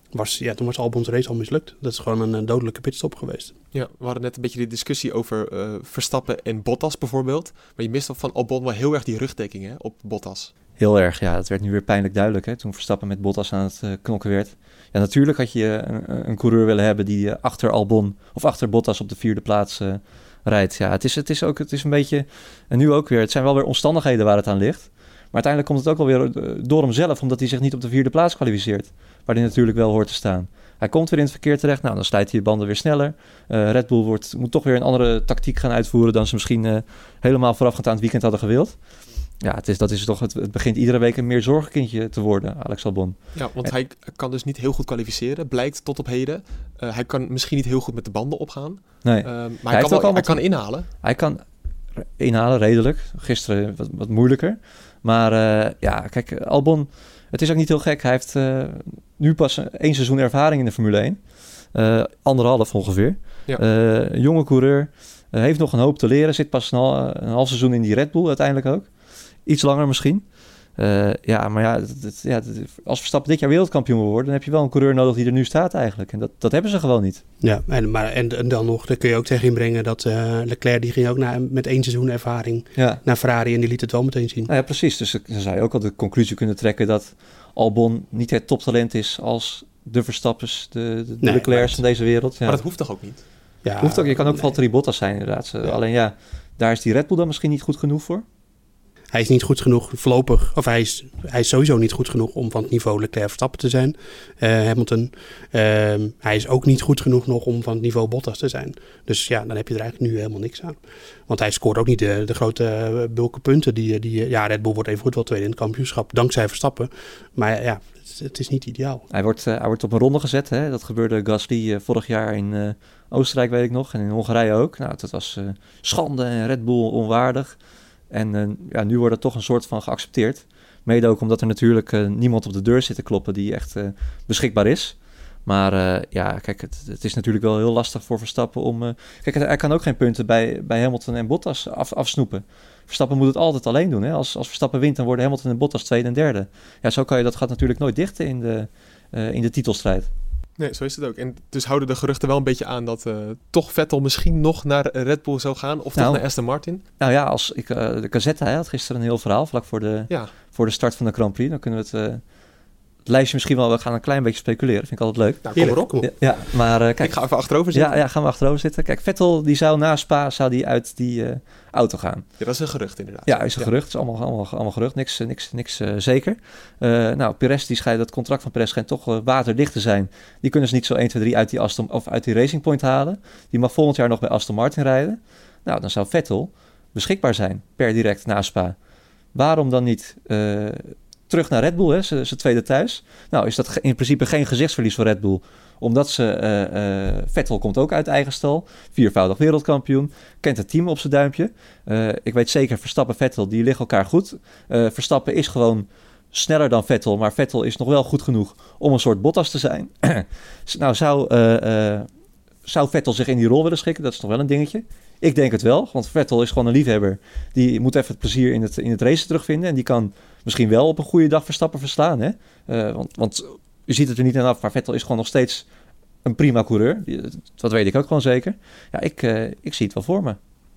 was, ja, toen was Albons race al mislukt. Dat is gewoon een, een dodelijke pitstop geweest. Ja, we hadden net een beetje de discussie over uh, Verstappen en Bottas bijvoorbeeld. Maar je mist van Albon wel heel erg die rugdekking hè, op Bottas. Heel erg, ja. Het werd nu weer pijnlijk duidelijk hè, toen Verstappen met Bottas aan het uh, knokken werd. Ja, natuurlijk had je een, een coureur willen hebben die uh, achter Albon of achter Bottas op de vierde plaats uh, rijdt. Ja, het is, het is ook het is een beetje, en nu ook weer, het zijn wel weer omstandigheden waar het aan ligt. Maar uiteindelijk komt het ook wel weer door hemzelf, omdat hij zich niet op de vierde plaats kwalificeert. Waar hij natuurlijk wel hoort te staan. Hij komt weer in het verkeer terecht, nou dan slijt hij de banden weer sneller. Uh, Red Bull wordt, moet toch weer een andere tactiek gaan uitvoeren dan ze misschien uh, helemaal voorafgaand aan het weekend hadden gewild. Ja, het, is, dat is toch het, het begint iedere week een meer zorgenkindje te worden, Alex Albon. Ja, want en, hij kan dus niet heel goed kwalificeren, blijkt tot op heden. Uh, hij kan misschien niet heel goed met de banden opgaan. Nee. Uh, maar hij, hij, kan, wel, hij kan inhalen. Hij kan inhalen, redelijk. Gisteren wat, wat moeilijker. Maar uh, ja, kijk, Albon, het is ook niet heel gek. Hij heeft uh, nu pas één seizoen ervaring in de Formule één. Uh, anderhalf ongeveer. Ja. Uh, jonge coureur. Uh, heeft nog een hoop te leren. Zit pas een, hal, een half seizoen in die Red Bull uiteindelijk ook. Iets langer misschien. Uh, ja, maar ja, dat, dat, ja, als Verstappen dit jaar wereldkampioen wil worden, dan heb je wel een coureur nodig die er nu staat eigenlijk. En dat, dat hebben ze gewoon niet. Ja, en, maar, en, en dan nog, daar kun je ook tegen inbrengen dat uh, Leclerc, die ging ook naar, met één seizoen ervaring ja. naar Ferrari en die liet het wel meteen zien. Nou ja, precies. Dus dan zou je ook al de conclusie kunnen trekken dat Albon niet het toptalent is als de Verstappers, de, de, de nee, Leclercs van deze wereld. Ja. Maar dat hoeft toch ook niet? Ja, hoeft ook, je kan ook nee. Valtteri Bottas zijn inderdaad. Ja. Alleen ja, daar is die Red Bull dan misschien niet goed genoeg voor. Hij is niet goed genoeg voorlopig, of hij is, hij is sowieso niet goed genoeg om van het niveau Leclerc Verstappen te zijn, uh, Hamilton. Uh, hij is ook niet goed genoeg nog om van het niveau Bottas te zijn. Dus ja, dan heb je er eigenlijk nu helemaal niks aan. Want hij scoort ook niet de, de grote bulken punten. Die, die, ja, Red Bull wordt even goed wel tweede in het kampioenschap, dankzij Verstappen. Maar ja, het, het is niet ideaal. Hij wordt, uh, hij wordt op een ronde gezet. Hè? Dat gebeurde Gasly uh, vorig jaar in uh, Oostenrijk, weet ik nog. En in Hongarije ook. Nou, dat was uh, schande en Red Bull onwaardig. En uh, ja, nu wordt het toch een soort van geaccepteerd. Mede ook omdat er natuurlijk uh, niemand op de deur zit te kloppen die echt uh, beschikbaar is. Maar uh, ja, kijk, het, het is natuurlijk wel heel lastig voor Verstappen om... Uh, kijk, hij kan ook geen punten bij, bij Hamilton en Bottas af, afsnoepen. Verstappen moet het altijd alleen doen. Hè? Als, als Verstappen wint, dan worden Hamilton en Bottas tweede en derde. Ja, zo kan je, dat gaat natuurlijk nooit dichten in de, uh, in de titelstrijd. Nee, zo is het ook. En dus houden de geruchten wel een beetje aan dat uh, toch Vettel misschien nog naar Red Bull zou gaan. Of nou, toch naar Aston Martin. Nou ja, als ik, uh, de Gazette hij had gisteren een heel verhaal vlak voor de, ja. voor de start van de Grand Prix. Dan kunnen we het, uh, het lijstje misschien wel, we gaan een klein beetje speculeren. Vind ik altijd leuk. Nou, kom erop. Kom. Ja, ja, maar uh, kijk. Ik ga even achterover zitten. Ja, ja, gaan we achterover zitten. Kijk, Vettel die zou na Spa zou die uit die uh, auto gaan. Ja, dat is een gerucht inderdaad. Ja, is een ja. gerucht. Het is allemaal, allemaal, allemaal gerucht. Niks, niks, niks uh, zeker. Uh, nou, Perez, die schijnt, dat contract van Perez schijnt toch uh, waterdicht te zijn. Die kunnen ze niet zo één, twee, drie uit die, Aston, of uit die Racing Point halen. Die mag volgend jaar nog bij Aston Martin rijden. Nou, dan zou Vettel beschikbaar zijn per direct na Spa. Waarom dan niet uh, terug naar Red Bull, hè? Zijn tweede thuis? Nou, is dat in principe geen gezichtsverlies voor Red Bull. Omdat ze, uh, uh, Vettel komt ook uit eigen stal. Viervoudig wereldkampioen. Kent het team op zijn duimpje. Uh, ik weet zeker, Verstappen en Vettel, die liggen elkaar goed. Uh, Verstappen is gewoon sneller dan Vettel. Maar Vettel is nog wel goed genoeg om een soort Bottas te zijn. Nou, zou, uh, uh, zou Vettel zich in die rol willen schikken? Dat is nog wel een dingetje. Ik denk het wel, want Vettel is gewoon een liefhebber. Die moet even het plezier in het, in het racen terugvinden. En die kan misschien wel op een goede dag Verstappen verslaan. Hè? Uh, want... want je ziet het er niet aan af, maar Vettel is gewoon nog steeds een prima coureur. Dat weet ik ook gewoon zeker. Ja, ik, uh, ik zie het wel voor me.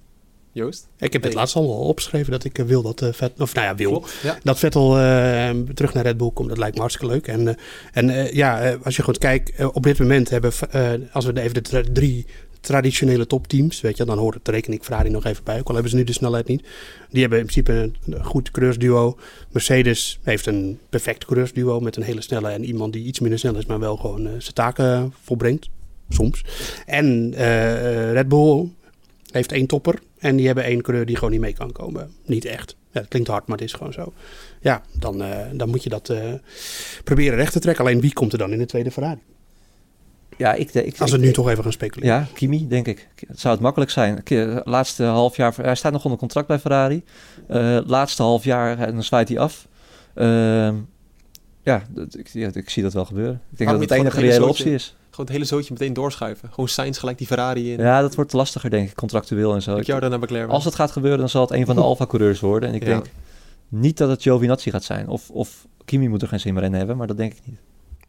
Joost? Ik heb het laatst al opgeschreven dat ik uh, wil dat uh, Vettel... Of nou ja, wil. Ja. Dat Vettel uh, terug naar Red Bull komt. Dat lijkt me hartstikke leuk. En, uh, en uh, ja, uh, als je goed kijkt, uh, op dit moment hebben... Uh, als we even de tra- drie traditionele topteams, weet je, dan hoort het, reken ik Ferrari nog even bij. Ook al hebben ze nu de snelheid niet. Die hebben in principe een goed coureursduo. Mercedes heeft een perfect coureursduo met een hele snelle en iemand die iets minder snel is, maar wel gewoon uh, zijn taken volbrengt. Soms. En uh, Red Bull heeft één topper en die hebben één coureur die gewoon niet mee kan komen. Niet echt. Ja, dat klinkt hard, maar het is gewoon zo. Ja, dan, uh, dan moet je dat uh, proberen recht te trekken. Alleen wie komt er dan in de tweede Ferrari? Ja, ik, ik, Als we ik, nu ik, toch even gaan speculeren. Ja, Kimi, denk ik. Het zou het makkelijk zijn. Laatste half jaar, hij staat nog onder contract bij Ferrari. Uh, laatste half jaar, dan zwaait hij af. Uh, ja, dat, ik, ja, ik zie dat wel gebeuren. Ik denk maar dat het enige reële optie is. Gewoon het hele zootje meteen doorschuiven. Gewoon Sainz gelijk die Ferrari in. Ja, dat wordt lastiger, denk ik, contractueel en zo. Ricciardo naar McLaren. Als het gaat gebeuren, dan zal het een van de Alfa-coureurs worden. En ik ja. denk niet dat het Giovinazzi gaat zijn. Of, of Kimi moet er geen zin meer in hebben, maar dat denk ik niet.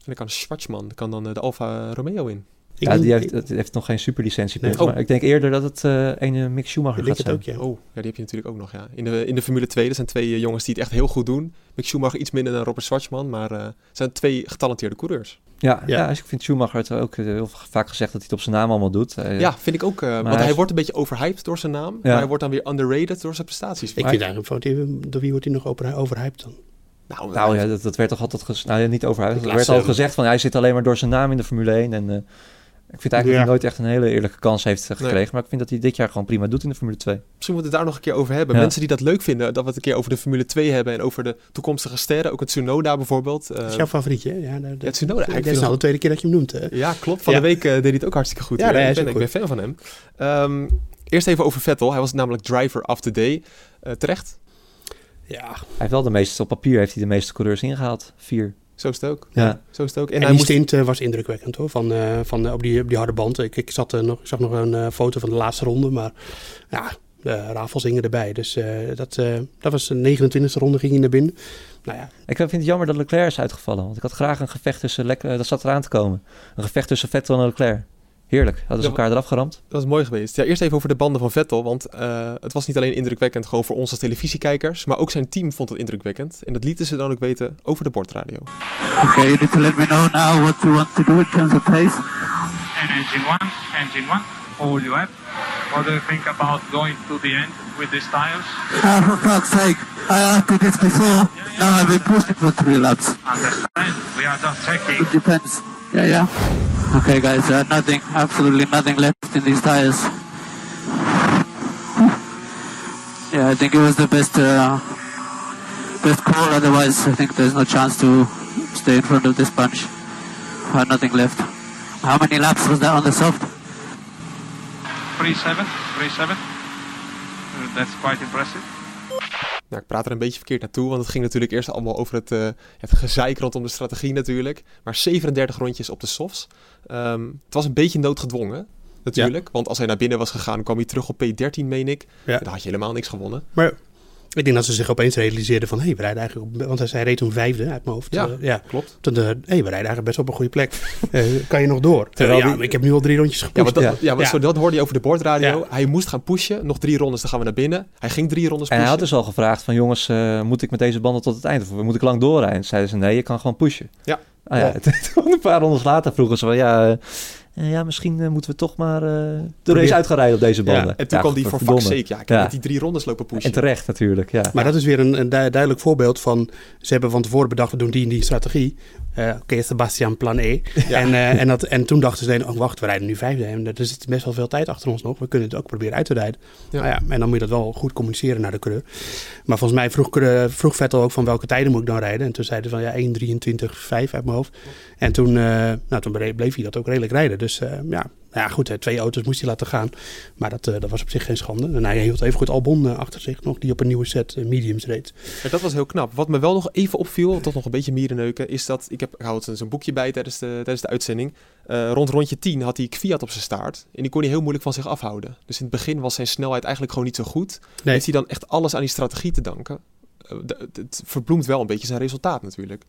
En dan kan Schwarzman kan dan uh, de Alfa Romeo in. Ik ja, denk, die heeft, ik, die heeft nog geen superlicentiepunt. Nee. Maar ik denk eerder dat het uh, ene Mick Schumacher gaat zijn. Ook, ja. Oh, ja, die heb je natuurlijk ook nog, ja. In de, in de Formule twee, er zijn twee uh, jongens die het echt heel goed doen. Mick Schumacher iets minder dan Robert Schwarzman, maar uh, zijn twee getalenteerde coureurs. Ja, Ja. ja, dus ik vind Schumacher het ook heel vaak gezegd dat hij het op zijn naam allemaal doet. Uh, Ja, vind ik ook. Uh, want hij, hij wordt een beetje overhyped door zijn naam. Ja. Maar hij wordt dan weer underrated door zijn prestaties. Ik vind eigenlijk een foto, door wie wordt hij nog over, overhyped dan? Nou, Nou ja, dat, dat werd toch altijd gezegd. Nou ja, niet over. Er werd laatste- al gezegd van hij zit alleen maar door zijn naam in de Formule één. En uh, ik vind eigenlijk Ja. dat hij nooit echt een hele eerlijke kans heeft uh, gekregen. Nee. Maar ik vind dat hij dit jaar gewoon prima doet in de Formule twee. Misschien moeten we het daar nog een keer over hebben. Ja. Mensen die dat leuk vinden, dat we het een keer over de Formule twee hebben en over de toekomstige sterren. Ook het Tsunoda bijvoorbeeld. Uh, Dat is jouw favorietje, hè? Ja, de, de, ja, Tsunoda. Dit Ik is vind nou het- de tweede keer dat je hem noemt, hè? Ja, klopt. Van Ja. de week uh, deed hij het ook hartstikke goed. Ja, weer. nee, hij ik, is ben, ook ik ben fan van hem. Um, eerst even over Vettel. Hij was namelijk driver of the day. Uh, terecht. Ja. Hij heeft wel de meeste, op papier heeft hij de meeste coureurs ingehaald. Vier. Zo is het ook. Ja. Zo is het ook. En, En, hij die moest... stint uh, was indrukwekkend hoor, van, uh, van, uh, op, die, op die harde band. Ik, ik, zat, uh, nog, ik zag nog een uh, foto van de laatste ronde, maar ja, de rafels hingen erbij. Dus uh, dat, uh, dat was de negenentwintigste ronde, ging hij naar binnen. Nou ja. Ik vind het jammer dat Leclerc is uitgevallen. Want ik had graag een gevecht tussen... Le- uh, dat zat eraan te komen. Een gevecht tussen Vettel en Leclerc. Heerlijk. Hadden ze Ja, elkaar eraf geramd. Dat was mooi geweest. Ja, eerst even over de banden van Vettel. Want uh, het was niet alleen indrukwekkend gewoon voor ons als televisiekijkers. Maar ook zijn team vond het indrukwekkend. En dat lieten ze dan ook weten over de bordradio. Okay, you need to let me know now what you want to do in terms of pace. And engine one, engine one, all you have. What do you think about going to the end with these tires? Ah, for fuck's sake, I asked you this before. Now I've been pushing for three laps. Understand, we are just checking. It depends. Yeah, yeah. Okay, guys, uh, nothing, absolutely nothing left in these tires. Yeah, I think it was the best, uh, best call. Otherwise, I think there's no chance to stay in front of this bunch. Had nothing left. How many laps was that on the soft? three seven, three seven. Uh, that's quite impressive. Nou, ik praat er een beetje verkeerd naartoe, want het ging natuurlijk eerst allemaal over het, uh, het gezeik rondom de strategie natuurlijk. Maar zevenendertig rondjes op de softs. Um, het was een beetje noodgedwongen, natuurlijk. Ja. Want als hij naar binnen was gegaan, kwam hij terug op P dertien, meen ik. Ja. Dan had je helemaal niks gewonnen. Maar ik denk dat ze zich opeens realiseerden van... hé, hey, we rijden eigenlijk op... Want hij reed toen vijfde uit mijn hoofd. Ja, uh, ja. klopt. Toen hé, uh, hey, we rijden eigenlijk best op een goede plek. uh, kan je nog door? Uh, ja, die... ik heb nu al drie rondjes gepusht. Ja, maar dat, ja. Ja, maar ja. Zo, dat hoorde je over de bordradio. Ja. Hij moest gaan pushen. Nog drie rondes, dan gaan we naar binnen. Hij ging drie rondes pushen. En hij had dus al gevraagd van... jongens, uh, moet ik met deze banden tot het eind? Of moet ik lang doorrijden? Zeiden ze, nee, je kan gewoon pushen. Ja. Ah, ja. ja. Toen een paar rondes later vroegen ze van... ja. Uh, Uh, ja, misschien uh, moeten we toch maar uh, de race uit gaan rijden op deze banden. Ja, en toen ja, kwam die voor fuck's sake. Ja, ik heb ja. met die drie rondes lopen pushen. En terecht natuurlijk, ja. Maar ja. dat is weer een, een du- duidelijk voorbeeld van... Ze hebben van tevoren bedacht, we doen die en die strategie. Uh, Oké, okay, Sebastian, plan E. Ja. En, uh, en, dat, en toen dachten ze, oh wacht, we rijden nu vijfde. En er zit best wel veel tijd achter ons nog. We kunnen het ook proberen uit te rijden. Ja. Nou ja, en dan moet je dat wel goed communiceren naar de coureur. Maar volgens mij vroeg, uh, vroeg Vettel ook van welke tijden moet ik dan rijden. En toen zeiden ze van ja, één drieëntwintig vijf uit mijn hoofd. En toen, uh, nou, toen bleef hij dat ook redelijk rijden. Dus uh, ja... Nou ja, goed, hè, twee auto's moest hij laten gaan. Maar dat, uh, dat was op zich geen schande. En hij hield even goed Albon uh, achter zich nog, die op een nieuwe set uh, mediums reed. Ja, dat was heel knap. Wat me wel nog even opviel, toch nog een beetje mierenneuken, is dat, ik, heb, ik hou het zo'n boekje bij tijdens de, tijdens de uitzending. Uh, rond rondje tien had hij Kvyat op zijn staart. En die kon hij heel moeilijk van zich afhouden. Dus in het begin was zijn snelheid eigenlijk gewoon niet zo goed. Nee. Heeft hij dan echt alles aan die strategie te danken? Uh, de, de, het verbloemt wel een beetje zijn resultaat natuurlijk.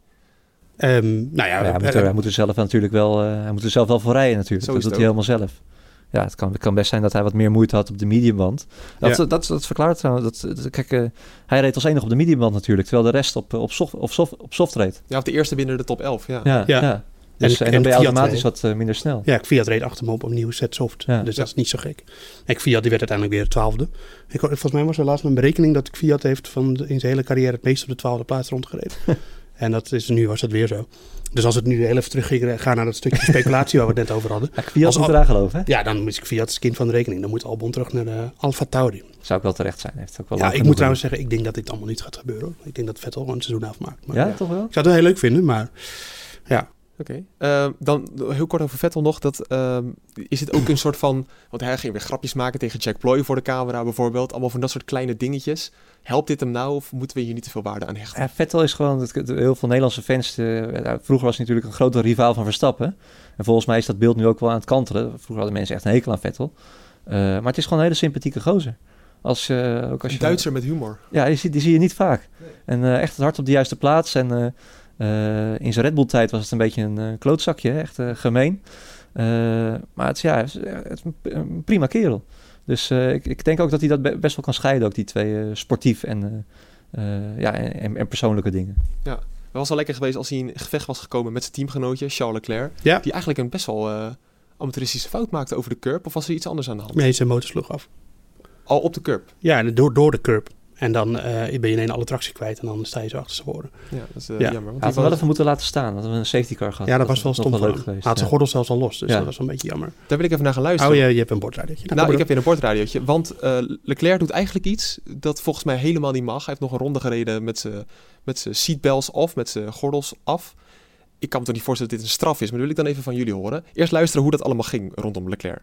Um, nou ja, ja, hij, moet er, hij moet er zelf natuurlijk wel, uh, hij moet er zelf wel voor rijden natuurlijk. Dat doet hij helemaal zelf. Ja, het kan, het kan best zijn dat hij wat meer moeite had op de mediumband. Dat, ja. dat, dat, dat verklaart trouwens. Dat, dat, kijk, uh, hij reed als enige op de mediumband natuurlijk, terwijl de rest op, op, soft, op, soft, op soft reed. Ja, of de eerste binnen de top elf, ja. Ja, ja. ja. Dus, en, en dan ben je automatisch wat uh, minder snel. Ja, Kvyat reed achter hem op een nieuwe set soft. Ja. Dus dat is niet zo gek. En Kvyat die werd uiteindelijk weer de twaalfde. Ik, volgens mij was er laatst een berekening dat Kvyat heeft van de, in zijn hele carrière het meest op de twaalfde plaats rondgereden. En dat is, nu was het weer zo. Dus als het nu heel even terug gaan naar dat stukje speculatie waar we het net over hadden. Ja, Kvyat moet eraan geloven, hè? Ja, dan is Kvyat het kind van de rekening. Dan moet Albon terug naar de Alfa Tauri. Zou ook wel terecht zijn. Heeft ook wel ja, ik moet trouwens zeggen, ik denk dat dit allemaal niet gaat gebeuren. Ik denk dat Vettel gewoon een seizoen afmaakt. Maar, ja, ja, toch wel? Ik zou het wel heel leuk vinden, maar ja... Oké, okay. uh, dan heel kort over Vettel nog. Dat, uh, is het ook een soort van... Want hij ging weer grapjes maken tegen Jack Ploy voor de camera bijvoorbeeld. Allemaal van dat soort kleine dingetjes. Helpt dit hem nou of moeten we hier niet te veel waarde aan hechten? Ja, Vettel is gewoon... Het, heel veel Nederlandse fans... Uh, vroeger was hij natuurlijk een grote rivaal van Verstappen. En volgens mij is dat beeld nu ook wel aan het kantelen. Vroeger hadden mensen echt een hekel aan Vettel. Uh, maar het is gewoon een hele sympathieke gozer. Als, uh, ook als een je, Duitser met humor. Ja, die, die zie je niet vaak. Nee. En uh, echt het hart op de juiste plaats. En... Uh, Uh, in zijn Red Bull tijd was het een beetje een uh, klootzakje, hè? Echt uh, gemeen. Uh, maar het is, ja, het is, het is een, een prima kerel. Dus uh, ik, ik denk ook dat hij dat be- best wel kan scheiden, ook die twee uh, sportief en, uh, uh, ja, en, en persoonlijke dingen. Ja, het was wel lekker geweest als hij in gevecht was gekomen met zijn teamgenootje, Charles Leclerc. Ja. Die eigenlijk een best wel uh, amateuristische fout maakte over de curb. Of was er iets anders aan de hand? Nee, zijn motor sloeg af. Al op de curb? Ja, door, door de curb. En dan uh, ben je ineens alle tractie kwijt en dan sta je zo achterstevoren. Ja, dat is uh, ja. jammer. Want hij had wel even moeten laten staan. Dat we een safety car gehad. Ja, dat, dat was wel stom wel van leuk hem. geweest. Hij had zijn ja. gordel zelfs al los, dus ja. dat was wel een beetje jammer. Daar wil ik even naar gaan luisteren. Oh, je, je hebt een bordradiootje. Nou, nou ik heb weer een bordradiootje. Want uh, Leclerc doet eigenlijk iets dat volgens mij helemaal niet mag. Hij heeft nog een ronde gereden met zijn met zijn seatbelts af, met zijn gordels af. Ik kan me toch niet voorstellen dat dit een straf is, maar dat wil ik dan even van jullie horen. Eerst luisteren hoe dat allemaal ging rondom Leclerc.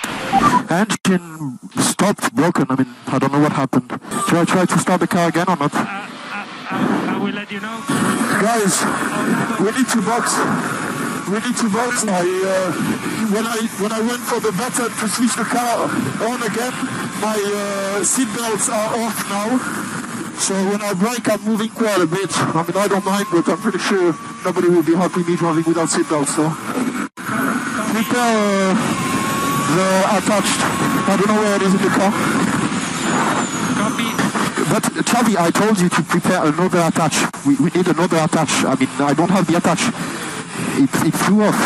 Engine stopped, broken. I mean, I don't know what happened. Should I try to start the car again or not? Uh, uh, I will let you know. Guys, we need to box. We need to box. I, uh, when I when I went for the button to switch the car on again, my uh, seat belts are off now. So when I brake, I'm moving quite a bit. I mean, I don't mind, but I'm pretty sure nobody will be happy me driving without seat belts. So prepare. Uh, The attached. I don't know where it is in the car. Copy. But Chavi, I told you to prepare another attach. We, we need another attach. I mean, I don't have the attach. It, it flew off.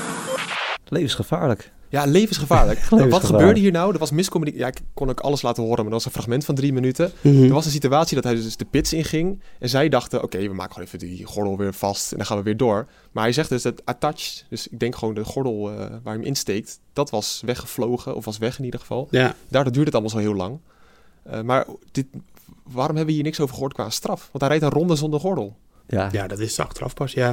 Levensgevaarlijk. Ja, levensgevaarlijk. levensgevaarlijk. Wat gebeurde hier nou? Er was miscommunicatie. Ja, ik kon ook alles laten horen, maar dat was een fragment van drie minuten. Mm-hmm. Er was een situatie dat hij dus de pits inging. En zij dachten, oké, okay, we maken gewoon even die gordel weer vast en dan gaan we weer door. Maar hij zegt dus dat attach, dus ik denk gewoon de gordel uh, waar hij hem insteekt, dat was weggevlogen, of was weg in ieder geval. Ja. Daardoor duurde het allemaal zo heel lang. Uh, maar dit, waarom hebben we hier niks over gehoord qua straf? Want hij rijdt een ronde zonder gordel. Ja, ja dat is achteraf pas, ja.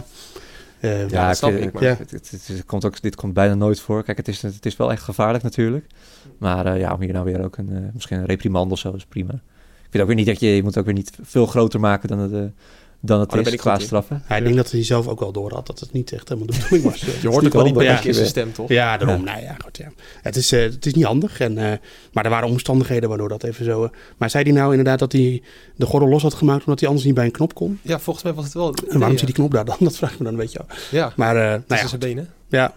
Uh, ja, dat snap ik, ik. Maar. Ja. Het, het, het, het komt ook, dit komt bijna nooit voor. Kijk, het is, het is wel echt gevaarlijk natuurlijk. Maar uh, ja, om hier nou weer ook een, uh, misschien een reprimand of zo is prima. Ik vind ook weer niet dat je, je moet ook weer niet veel groter maken dan het, uh, dan het oh, is qua straffen. Ja, ik denk dat hij zelf ook wel door had dat het niet echt helemaal de bedoeling was. Je hoort ook wel die paniek in zijn stem, toch? Ja, daarom. Ja. Nou ja, goed, ja. Het, is, uh, het is niet handig. En, uh, maar er waren omstandigheden waardoor dat even zo... Uh, maar zei hij nou inderdaad dat hij de gordel los had gemaakt omdat hij anders niet bij een knop kon? Ja, volgens mij was het wel... En waarom ja. zit die knop daar dan? Dat vraag ik me dan een beetje af. Ja, maar, uh, nou ja, zijn benen. Ja.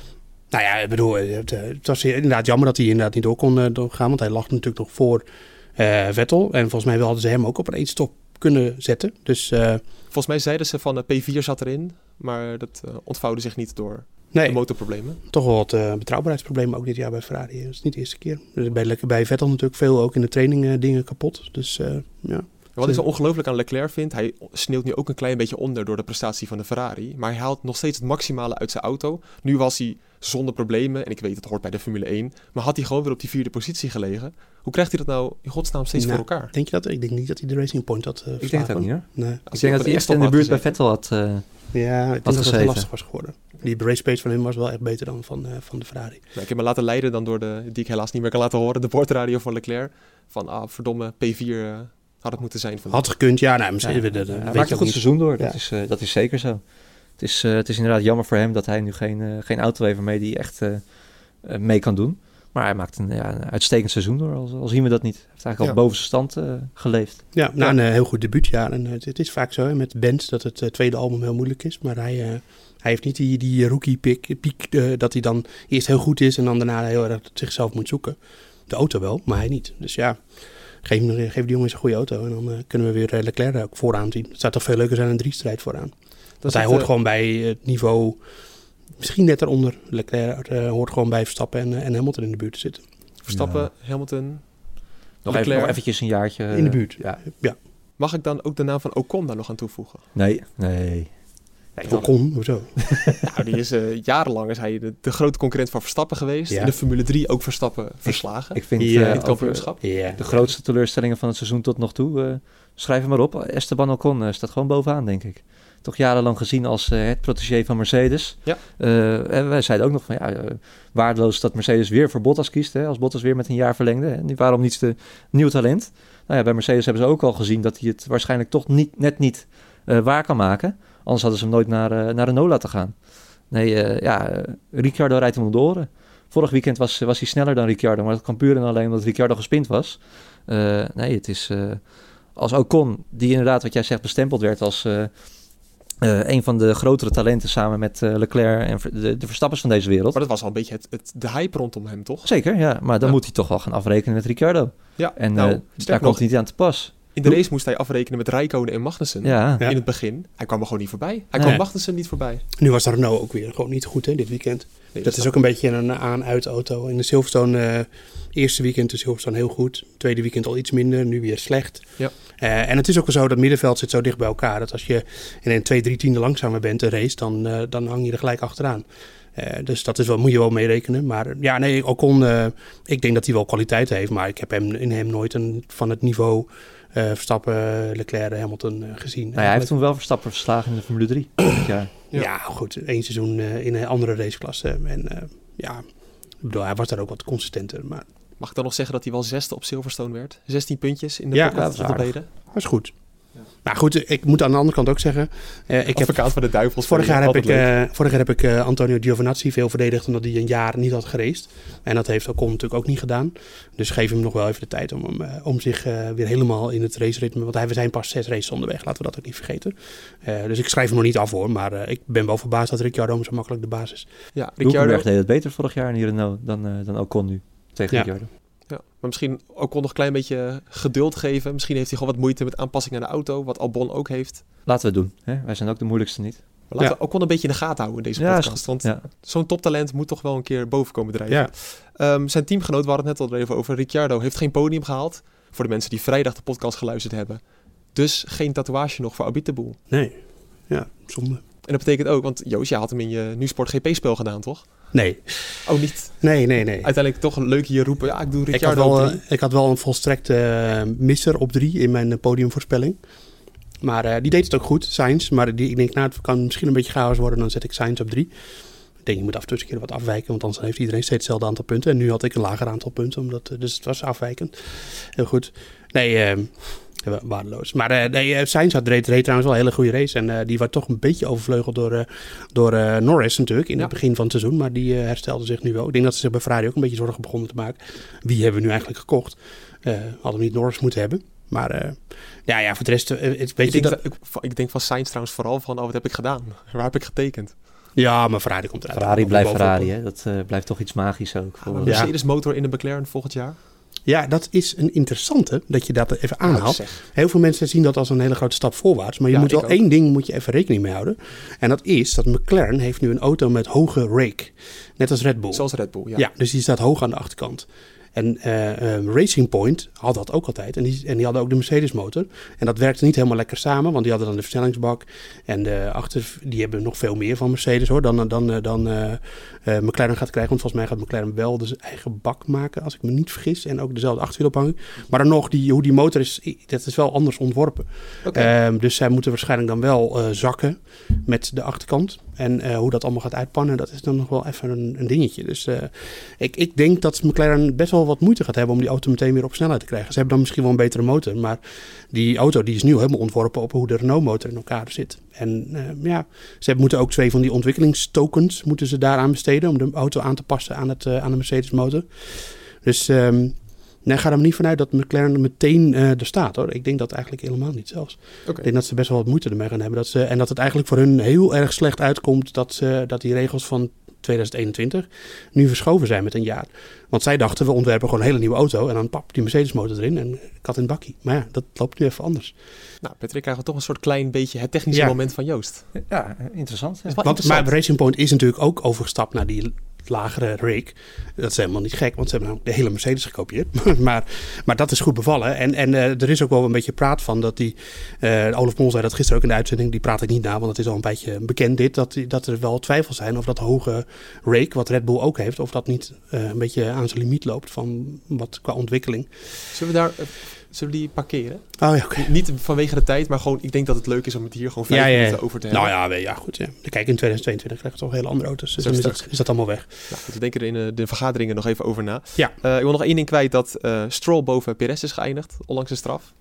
Nou ja, ik bedoel, het, het was inderdaad jammer dat hij inderdaad niet door kon uh, doorgaan. Want hij lag natuurlijk nog voor uh, Vettel. En volgens mij hadden ze hem ook op een eetstop kunnen zetten. Dus, uh, volgens mij zeiden ze van uh, P vier zat erin. Maar dat uh, ontvouwde zich niet door nee, de motorproblemen. Toch wel wat uh, betrouwbaarheidsproblemen ook dit jaar bij Ferrari. Dat is niet de eerste keer. Dus bij, bij Vettel natuurlijk veel ook in de training uh, dingen kapot. Dus uh, ja... Wat ik zo ongelooflijk aan Leclerc vind, hij sneeuwt nu ook een klein beetje onder door de prestatie van de Ferrari. Maar hij haalt nog steeds het maximale uit zijn auto. Nu was hij zonder problemen, en ik weet het hoort bij de Formule één, maar had hij gewoon weer op die vierde positie gelegen. Hoe krijgt hij dat nou in godsnaam steeds nou, voor elkaar? Denk je dat? Ik denk niet dat hij de Racing Point had uh, Ik denk dat niet hoor. Nee. Ik denk dat hij echt in de buurt bij Vettel had uh, Ja, ik denk dat het wel lastig was geworden. Die race pace van hem was wel echt beter dan van, uh, van de Ferrari. Nou, ik heb me laten leiden dan door de, die ik helaas niet meer kan laten horen, de bordradio van Leclerc. Van, ah, verdomme, P vier... Uh, had het moeten zijn. Van had gekund, ja. Nou, misschien ja, de, de, de, hij maakt een goed niet. seizoen door, ja. dat, is, uh, dat is zeker zo. Het is, uh, het is inderdaad jammer voor hem dat hij nu geen, uh, geen auto heeft waarmee hij echt uh, uh, mee kan doen. Maar hij maakt een, ja, een uitstekend seizoen door, al, al zien we dat niet. Hij heeft eigenlijk ja. al boven zijn stand uh, geleefd. Ja, na ja. een uh, heel goed debuutjaar. En uh, het, het is vaak zo hè, met bands dat het uh, tweede album heel moeilijk is. Maar hij, uh, hij heeft niet die, die rookie piek, piek uh, dat hij dan eerst heel goed is en dan daarna heel erg zichzelf moet zoeken. De auto wel, maar hij niet. Dus ja... Geef, geef die jongens een goede auto en dan uh, kunnen we weer uh, Leclerc ook vooraan zien. Het zou toch veel leuker zijn een drie-strijd vooraan. Want hij hoort uh, gewoon bij het niveau, misschien net eronder. Leclerc uh, hoort gewoon bij Verstappen en, uh, en Hamilton in de buurt te zitten. Verstappen, ja. Hamilton, nog, even, nog eventjes een jaartje. In de buurt, ja. ja. Mag ik dan ook de naam van Ocon daar nog aan toevoegen? Nee, nee. Ja, Ocon, hoezo? Nou, die is uh, jarenlang is hij de, de grote concurrent van Verstappen geweest. Ja. In de Formule drie ook Verstappen verslagen. Ik vind ja, uh, het kampioenschap. Ja. De grootste teleurstellingen van het seizoen tot nog toe. Uh, schrijf hem maar op. Esteban Ocon uh, staat gewoon bovenaan, denk ik. Toch jarenlang gezien als uh, het protégé van Mercedes. Ja. Uh, en wij zeiden ook nog van ja, uh, waardeloos dat Mercedes weer voor Bottas kiest. Hè, als Bottas weer met een jaar verlengde. En waarom niet de nieuw talent? Nou ja, bij Mercedes hebben ze ook al gezien dat hij het waarschijnlijk toch niet, net niet uh, waar kan maken. Anders hadden ze hem nooit naar, uh, naar Renault laten gaan. Nee, uh, ja, uh, Ricciardo rijdt hem om de oren. Vorig weekend was, was hij sneller dan Ricciardo, maar dat kwam puur en alleen omdat Ricciardo gespind was. Uh, nee, het is uh, als Ocon, die inderdaad wat jij zegt bestempeld werd als uh, Uh, een van de grotere talenten samen met uh, Leclerc en de, de Verstappers van deze wereld. Maar dat was al een beetje het, het, de hype rondom hem, toch? Zeker, ja. Maar dan ja. moet hij toch wel gaan afrekenen met Ricciardo. Ja, en nou, uh, daar komt hij niet aan te pas. In de race moest hij afrekenen met Räikkönen en Magnussen. Ja. In het begin. Hij kwam er gewoon niet voorbij. Hij nee. kwam Magnussen niet voorbij. Nu was Renault ook weer gewoon niet goed, hè, dit weekend. Nee, dat, dat is ook een beetje een aan-uit auto. In de Silverstone, uh, eerste weekend de Silverstone heel goed. Tweede weekend al iets minder, nu weer slecht. Ja. Uh, en het is ook wel zo, dat middenveld zit zo dicht bij elkaar. Dat als je in een twee, drie tiende langzamer bent, een race, dan, uh, dan hang je er gelijk achteraan. Uh, dus dat is wel, moet je wel mee rekenen. Maar ja, nee, Ocon, uh, ik denk dat hij wel kwaliteit heeft. Maar ik heb hem, in hem nooit een, van het niveau uh, Verstappen, Leclerc, Hamilton uh, gezien. Nou ja, hij heeft toen wel Verstappen verslagen in de Formule drie. ja. Ja. ja, goed. Eén seizoen uh, in een andere raceklasse. En uh, ja, ik bedoel, hij was daar ook wat consistenter. Maar... Mag ik dan nog zeggen dat hij wel zesde op Silverstone werd? zestien puntjes in de ja, podcast tot op heden. Dat is goed. Ja. Maar goed, ik moet aan de andere kant ook zeggen... Uh, ik Advocaat heb, van de duivels. Vorig jaar, heb ik, uh, vorig jaar heb ik uh, Antonio Giovinazzi veel verdedigd... omdat hij een jaar niet had geraced. En dat heeft Ocon natuurlijk ook niet gedaan. Dus geef hem nog wel even de tijd om, hem, uh, om zich uh, weer helemaal in het raceritme... want we zijn pas zes races onderweg, laten we dat ook niet vergeten. Uh, dus ik schrijf hem nog niet af hoor, maar uh, ik ben wel verbaasd... dat Ricciardo zo makkelijk de basis. Ja, Ricciardo deed het beter vorig jaar in hier Renault dan, uh, dan Ocon nu tegen ja. Ricciardo. Ja, maar misschien ook nog een klein beetje geduld geven. Misschien heeft hij gewoon wat moeite met aanpassing aan de auto, wat Albon ook heeft. Laten we het doen. Hè? Wij zijn ook de moeilijkste niet. Maar laten ja. we ook wel een beetje in de gaten houden in deze ja, podcast. Want ja. zo'n toptalent moet toch wel een keer boven komen drijven. Ja. Um, zijn teamgenoot, we hadden het net al even over, Ricciardo heeft geen podium gehaald. Voor de mensen die vrijdag de podcast geluisterd hebben. Dus geen tatoeage nog voor Abiteboul. Nee, ja, zonde. En dat betekent ook, want Joost, jij had hem in je NuSport G P-spel gedaan, toch? Nee. Oh, niet? Nee, nee, nee. Uiteindelijk toch leuk hier roepen, ja, ik doe Ricciardo ik had wel, op drie. Ik had wel een volstrekte uh, misser op drie in mijn uh, podiumvoorspelling. Maar uh, die deed het ook goed, Sainz. Maar die, ik denk, nou, het kan misschien een beetje chaos worden, dan zet ik Sainz op drie. Ik denk, je moet af en toe een keer wat afwijken, want anders heeft iedereen steeds hetzelfde aantal punten. En nu had ik een lager aantal punten, omdat, dus het was afwijkend. Heel goed. Nee, uh, waardeloos. Maar uh, nee, Sainz had reed, reed trouwens wel een hele goede race. En uh, die werd toch een beetje overvleugeld door, uh, door uh, Norris natuurlijk in ja. het begin van het seizoen. Maar die uh, herstelde zich nu wel. Ik denk dat ze zich bij Ferrari ook een beetje zorgen begonnen te maken. Wie hebben we nu eigenlijk gekocht? Uh, hadden we niet Norris moeten hebben. Maar uh, ja, ja, voor de rest... Uh, het, weet ik, je denk dat... dat, ik, ik denk van Sainz trouwens vooral van, oh, wat heb ik gedaan? Waar heb ik getekend? Ja, maar Ferrari komt eruit. Ferrari blijft Ferrari, hè? Dat uh, blijft toch iets magisch ook. Ja, een Mercedes motor in de McLaren volgend jaar? Ja, dat is een interessante, dat je dat even aanhaalt. Nou, heel veel mensen zien dat als een hele grote stap voorwaarts. Maar je ja, moet wel ook. één ding moet je even rekening mee houden. En dat is dat McLaren heeft nu een auto met hoge rake. Net als Red Bull. Zoals Red Bull, ja. Ja, dus die staat hoog aan de achterkant. En uh, um, Racing Point had dat ook altijd. En die, en die hadden ook de Mercedes motor. En dat werkte niet helemaal lekker samen. Want die hadden dan de versnellingsbak. En de achter, die hebben nog veel meer van Mercedes hoor. Dan, dan, dan uh, uh, McLaren gaat krijgen. Want volgens mij gaat McLaren wel de eigen bak maken. Als ik me niet vergis. En ook dezelfde achterwielophanging. Maar dan nog, die, hoe die motor is. Dat is wel anders ontworpen. Okay. Um, dus zij moeten waarschijnlijk dan wel uh, zakken. Met de achterkant. En uh, hoe dat allemaal gaat uitpannen. Dat is dan nog wel even een, een dingetje. Dus uh, ik, ik denk dat McLaren best wel wat moeite gaat hebben om die auto meteen weer op snelheid te krijgen. Ze hebben dan misschien wel een betere motor, maar die auto die is nu helemaal ontworpen op hoe de Renault motor in elkaar zit. En uh, ja, ze moeten ook twee van die ontwikkelingstokens moeten ze daaraan besteden om de auto aan te passen aan, het, uh, aan de Mercedes motor. Dus um, nee, ga er maar niet vanuit dat McLaren meteen uh, er staat hoor. Ik denk dat eigenlijk helemaal niet zelfs. Okay. Ik denk dat ze best wel wat moeite ermee gaan hebben. Dat ze, en dat het eigenlijk voor hun heel erg slecht uitkomt dat, ze, dat die regels van tweeduizend eenentwintig nu verschoven zijn met een jaar. Want zij dachten, we ontwerpen gewoon een hele nieuwe auto en dan pap, die Mercedes motor erin en kat in het bakkie. Maar ja, dat loopt nu even anders. Nou, Patrick, krijgen we toch een soort klein beetje het technische ja. moment van Joost. Ja, interessant. Ja. Want, interessant. Maar Racing Point is natuurlijk ook overgestapt naar die lagere rake. Dat is helemaal niet gek, want ze hebben de hele Mercedes gekopieerd. maar, maar dat is goed bevallen. En, en uh, er is ook wel een beetje praat van dat die... Uh, Olaf Mol zei dat gisteren ook in de uitzending. Die praat ik niet na, want het is al een beetje bekend dit. Dat, dat er wel twijfels zijn of dat hoge rake, wat Red Bull ook heeft, of dat niet uh, een beetje aan zijn limiet loopt van wat qua ontwikkeling. Zullen we daar... Uh, Zullen we die parkeren? Oh ja, okay. Niet vanwege de tijd, maar gewoon, ik denk dat het leuk is om het hier gewoon vijf ja, ja, ja. minuten over te hebben. Nou ja, ja goed. Ja. Kijk, in tweeduizend tweeëntwintig krijgen we toch hele andere auto's. Dus dan is dat, is dat allemaal weg. Nou, goed, we denken er in de, de vergaderingen nog even over na. Ja. Uh, ik wil nog één ding kwijt, dat uh, Stroll boven Perez is geëindigd, ondanks de straf.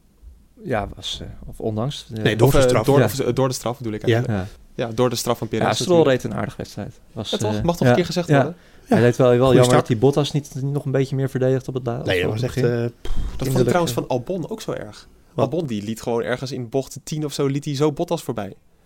Ja, was, uh, of ondanks. Uh, nee, door of, de uh, straf. Door, ja. of, uh, door de straf bedoel ik eigenlijk. Ja, ja. ja door de straf van Perez. Ja, Stroll reed een aardige wedstrijd. Was, ja, toch? Uh, Mag toch ja, een keer gezegd ja. worden? Ja. Hij deed wel, wel jammer start. dat die Bottas niet, niet nog een beetje meer verdedigd op het laatste. Nee, dat was echt... Uh, dat vond ik trouwens van Albon ook zo erg. Wat? Albon die liet gewoon ergens in bocht tien of zo, liet hij zo Bottas voorbij.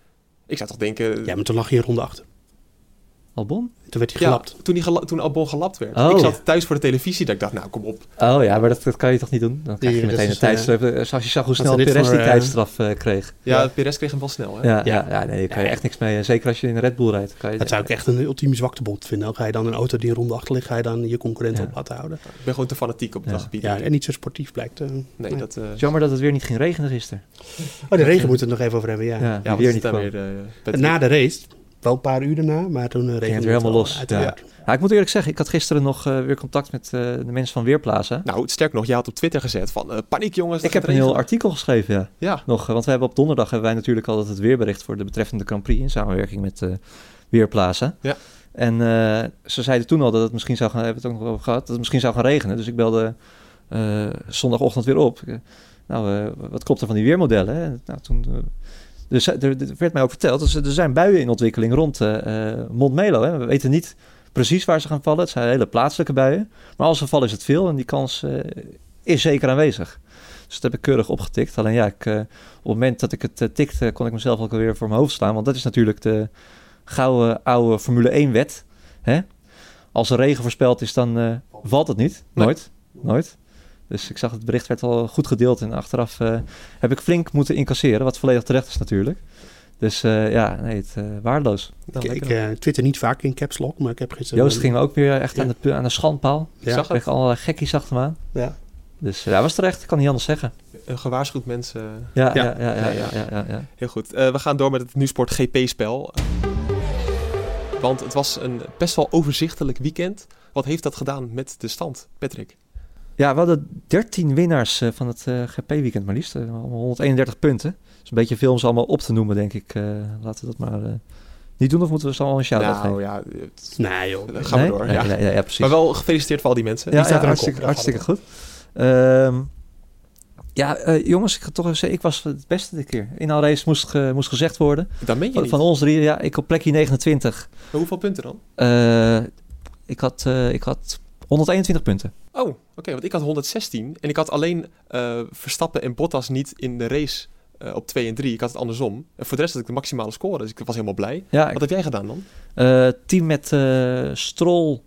Ik zou toch denken... Ja, maar toen lag hij in ronde achter. Albon? Toen werd hij gelapt. Ja, toen, hij gela- toen Albon gelapt werd. Oh. Ik zat thuis voor de televisie dat ik dacht, nou kom op. Oh ja, maar dat, dat kan je toch niet doen? Dan krijg je Ja, meteen dat een is, tijdstraf. Uh, zoals je zag hoe snel dit Perez voor, die uh, tijdstraf uh, kreeg. Ja, Ja. Perez kreeg hem wel snel. Hè? Ja, Ja. ja. ja nee, daar kan je echt niks mee. Zeker als je in een Red Bull rijdt. Kan je, Dat zou ik echt een ultieme zwaktebod vinden. Ga je dan een auto die in ronde achter ligt, ga je dan je concurrent Ja. op laten houden. Ik ben gewoon te fanatiek op Ja. dat gebied. Ja, en niet zo sportief blijkt. Uh, nee, nee. dat... Uh, Het is jammer dat het weer niet ging regenen gisteren. Oh, de regen moeten we het nog even over hebben, ja. Ja, ja, die wat weer is niet daar kwam. weer... Uh, En na de race, wel een paar uur daarna, maar toen uh, regende het weer helemaal wel, los. uiteraard. Ja, ik moet eerlijk zeggen, ik had gisteren nog uh, weer contact met uh, de mensen van Weerplaza. Nou, sterk nog, jij had op Twitter gezet van uh, paniek jongens. Ik heb een heel artikel geschreven, ja. Ja. Nog, want we hebben op donderdag hebben wij natuurlijk altijd het weerbericht voor de betreffende Grand Prix in samenwerking met uh, Weerplaza. Ja. En uh, ze zeiden toen al dat het misschien zou gaan, hebben we het ook nog over gehad, dat het misschien zou gaan regenen. Dus ik belde uh, zondagochtend weer op. Uh, nou, uh, wat klopt er van die weermodellen? Hè? Nou, toen... Uh, Dus er, er werd mij ook verteld, dus er zijn buien in ontwikkeling rond uh, Montmelo. Hè. We weten niet precies waar ze gaan vallen. Het zijn hele plaatselijke buien. Maar als ze vallen is het veel en die kans uh, is zeker aanwezig. Dus dat heb ik keurig opgetikt. Alleen ja, ik, uh, op het moment dat ik het uh, tikte, kon ik mezelf ook alweer voor mijn hoofd slaan. Want dat is natuurlijk de gouden oude Formule één wet. Hè? Als er regen voorspeld is, dan uh, valt het niet. Nooit. Nee. Nooit. Dus ik zag het bericht werd al goed gedeeld en achteraf uh, heb ik flink moeten incasseren, wat volledig terecht is natuurlijk. Dus uh, ja, nee, het uh, waardeloos. Nou, ik uh, twitter niet vaak in caps lock, maar ik heb gisteren... Joost ging ook weer echt ja. aan, de, aan de schandpaal. Ja. Ik zag kreeg allerlei gekkies achter me aan. Ja. Dus ja, was terecht, ik kan niet anders zeggen. Een gewaarschuwd mensen. Ja, ja, ja, ja, ja, ja, ja, ja, ja. Heel goed. Uh, we gaan door met het NuSport G P-spel. Want het was een best wel overzichtelijk weekend. Wat heeft dat gedaan met de stand, Patrick? Ja, we hadden dertien winnaars uh, van het uh, G P-weekend maar liefst. Uh, allemaal honderdeenendertig punten. Dat is een beetje veel om ze allemaal op te noemen, denk ik. Uh, laten we dat maar uh, niet doen, of moeten we ze allemaal een shout-out nou, geven? Ja, het... Nee joh. Dan gaan nee? we door. Nee, ja. Nee, nee, ja, precies. Maar wel gefeliciteerd voor al die mensen. Ja, die staat ja, er hartstikke, hartstikke goed. Um, ja, uh, jongens, ik ga toch even zeggen, ik was het beste dit keer. In al race moest, ge, moest gezegd worden. Dat meen je van, niet. Van ons drie, ja, ik op plekje negenentwintig. Maar hoeveel punten dan? Uh, ik, had, uh, ik had honderdeenentwintig punten. Oh, oké, okay, want ik had honderdzestien. En ik had alleen uh, Verstappen en Bottas niet in de race uh, op twee en drie. Ik had het andersom. En voor de rest had ik de maximale score, dus ik was helemaal blij. Ja, Wat ik, heb jij gedaan dan? Uh, team met uh, Stroll,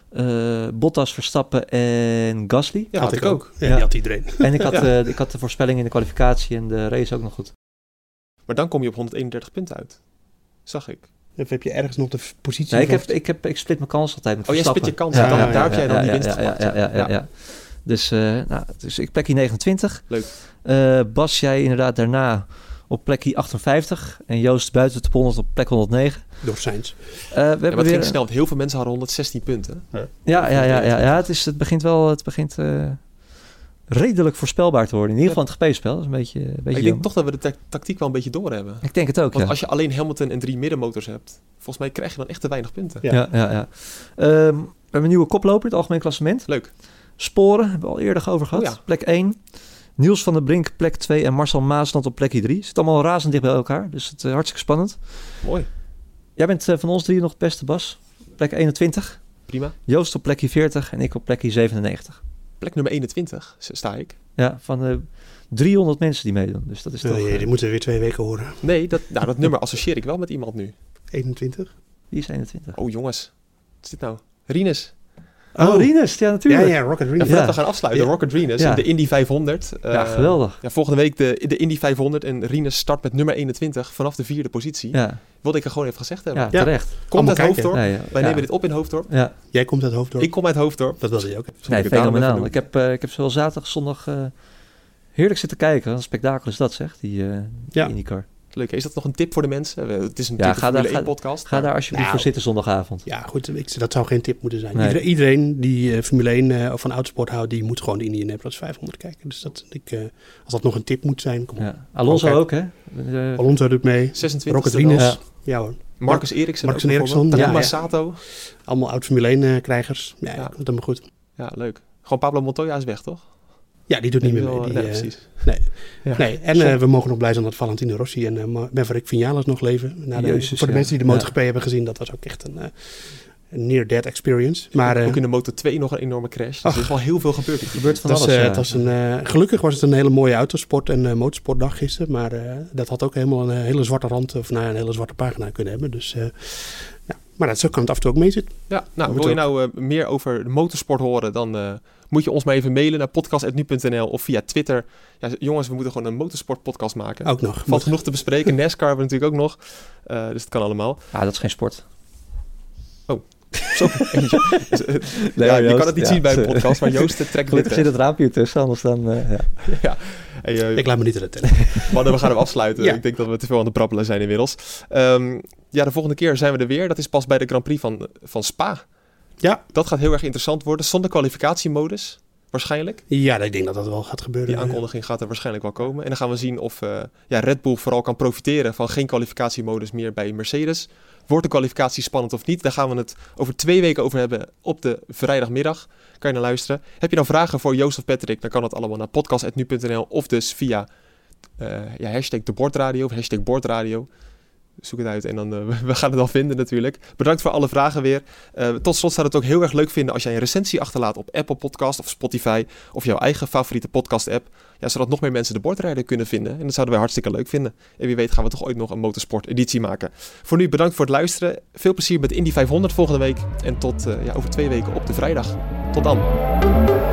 uh, Bottas, Verstappen en Gasly. Ja, had, had ik ook. ook. Ja, ja. Die had iedereen. En ik had, ja. uh, ik had de voorspelling in de kwalificatie en de race ook nog goed. Maar dan kom je op honderdeenendertig punten uit. Zag ik. Of heb je ergens nog de positie? Nee, ik, heb, ik, heb, ik split mijn kans altijd met Oh, jij split je kans. Ja, dan, ja, daar ja, heb jij dan ja, die ja, winst ja, gemaakt. Ja, ja, ja, ja, ja. Dus, uh, nou, dus ik plekje negenentwintig. Leuk. Uh, Bas, jij inderdaad daarna op plekje achtenvijftig. En Joost buiten de top honderd op plek honderdnegen. Door Sainz. Uh, we ja, hebben het weer... ging snel, want heel veel mensen hadden honderdzestien punten. Ja, ja, ja, ja, ja, ja het, is, het begint wel... Het begint... Uh, redelijk voorspelbaar te worden. In ieder geval het G P-spel. Dat is een beetje, een beetje ik denk jammer. Toch dat we de ta- tactiek wel een beetje doorhebben. Ik denk het ook, Want ja. als je alleen Hamilton en drie middenmotors hebt, volgens mij krijg je dan echt te weinig punten. Ja, ja, ja. ja. Um, we hebben een nieuwe koploper, het algemeen klassement. Leuk. Sporen, hebben we al eerder over gehad. Oh, ja. Plek één. Niels van der Brink, plek twee. En Marcel Maasland op plekje drie. Zit allemaal razend dicht bij elkaar. Dus het is uh, hartstikke spannend. Mooi. Jij bent uh, van ons drie nog het beste, Bas. Plek eenentwintig. Prima. Joost op plekje veertig en ik op plekje zevenennegentig. Plek nummer eenentwintig sta ik. Ja, van de driehonderd mensen die meedoen. Dus dat is toch... Nee, die moeten we weer twee weken horen. Nee, dat, nou, dat nummer associeer ik wel met iemand nu. eenentwintig? Wie is eenentwintig? Oh jongens, wat is dit nou? Rinus. Oh, oh Rinus, ja natuurlijk. Ja, ja, Rocket Rinus. En voordat ja. we gaan afsluiten, ja. Rocket Rinus, ja. de Indy vijfhonderd. Uh, ja, geweldig. Ja, volgende week de, de Indy vijfhonderd en Rinus start met nummer eenentwintig vanaf de vierde positie. Ja. Wilde ik er gewoon even gezegd hebben. Ja, terecht. Ja. Komt uit Hoofddorp. Ja, ja. Wij ja. nemen dit op in Hoofddorp. Ja. Jij komt uit Hoofddorp. Ik kom uit Hoofddorp. Dat wilde je ook. Nee, ik fenomenaal. Ik heb, uh, ik heb zowel zaterdag, zondag uh, heerlijk zitten kijken. Een spektakel is dat, zeg, die, uh, die ja. IndyCar. Leuk. Is dat nog een tip voor de mensen? Het is een ja, Formule daar, één podcast. Ga maar... daar alsjeblieft nou, voor zitten zondagavond. Ja, goed. Ik, dat zou geen tip moeten zijn. Nee. Iedereen, iedereen die uh, Formule één uh, of van autosport houdt, die moet gewoon de Indianapolis vijfhonderd kijken. Dus dat, ik, uh, als dat nog een tip moet zijn, kom op. Ja. Alonso ook, hè? Uh, Alonso doet mee. zesentwintig Rocket Rinus. Ja. ja hoor. Marcus Eriksson. Marcus Eriksson. Ja, ja, Sato. Allemaal oud Formule één krijgers. Ja, ja. komt helemaal goed. Ja, leuk. Gewoon Pablo Montoya is weg, toch? Ja, die doet niet meer wel, mee. Die, nee, uh, precies. Nee. Ja. nee. En uh, we mogen nog blij zijn dat Valentino Rossi en uh, Maverick Vinales nog leven. Na de, Jezus, voor de ja. mensen die de MotoGP ja. hebben gezien, dat was ook echt een... Uh, near-death experience. Maar, uh, ook in de Moto twee nog een enorme crash. Dus ach, er is wel heel veel gebeurd. Er gebeurt van alles. alles, Uh, ja. het was een, uh, gelukkig was het een hele mooie autosport- en uh, motorsportdag gisteren. Maar uh, dat had ook helemaal een hele zwarte rand of nou, een hele zwarte pagina kunnen hebben. Dus, uh, ja. Maar dat, zo kan het af en toe ook mee zitten. Ja, nou, wil je nou uh, meer over de motorsport horen, dan uh, moet je ons maar even mailen naar podcast punt nu punt n l of via Twitter. Ja, jongens, we moeten gewoon een motorsportpodcast maken. Ook nog. Valt genoeg te bespreken. NASCAR hebben we natuurlijk ook nog. Uh, dus het kan allemaal. Ah, dat is geen sport. Oh. Zo, nee, ja, je kan het niet ja, zien bij een podcast, maar Joost trekt gelukkig zit het raampje tussen, anders dan... Uh, ja. ja. Hey, uh, ik laat me niet redden. Maar we gaan hem afsluiten. Ja. Ik denk dat we te veel aan het brabbelen zijn inmiddels. Um, ja, de volgende keer zijn we er weer. Dat is pas bij de Grand Prix van, van Spa. Ja. Dat gaat heel erg interessant worden. Zonder kwalificatiemodus, waarschijnlijk. Ja, ik denk dat dat wel gaat gebeuren. Die aankondiging gaat er waarschijnlijk wel komen. En dan gaan we zien of uh, ja, Red Bull vooral kan profiteren van geen kwalificatiemodus meer bij Mercedes. Wordt de kwalificatie spannend of niet? Daar gaan we het over twee weken over hebben op de vrijdagmiddag. Kan je naar luisteren. Heb je dan vragen voor Joost of Patrick? Dan kan dat allemaal naar podcast punt nu punt n l of dus via uh, ja, hashtag de bordradio of hashtag bordradio. Zoek het uit en dan uh, we gaan het al vinden natuurlijk. Bedankt voor alle vragen weer. Uh, tot slot zou het ook heel erg leuk vinden als jij een recensie achterlaat op Apple Podcast of Spotify of jouw eigen favoriete podcast app. Ja, zodat nog meer mensen de bordradio kunnen vinden. En dat zouden wij hartstikke leuk vinden. En wie weet gaan we toch ooit nog een motorsport editie maken. Voor nu bedankt voor het luisteren. Veel plezier met Indy vijfhonderd volgende week. En tot uh, ja, over twee weken op de vrijdag. Tot dan.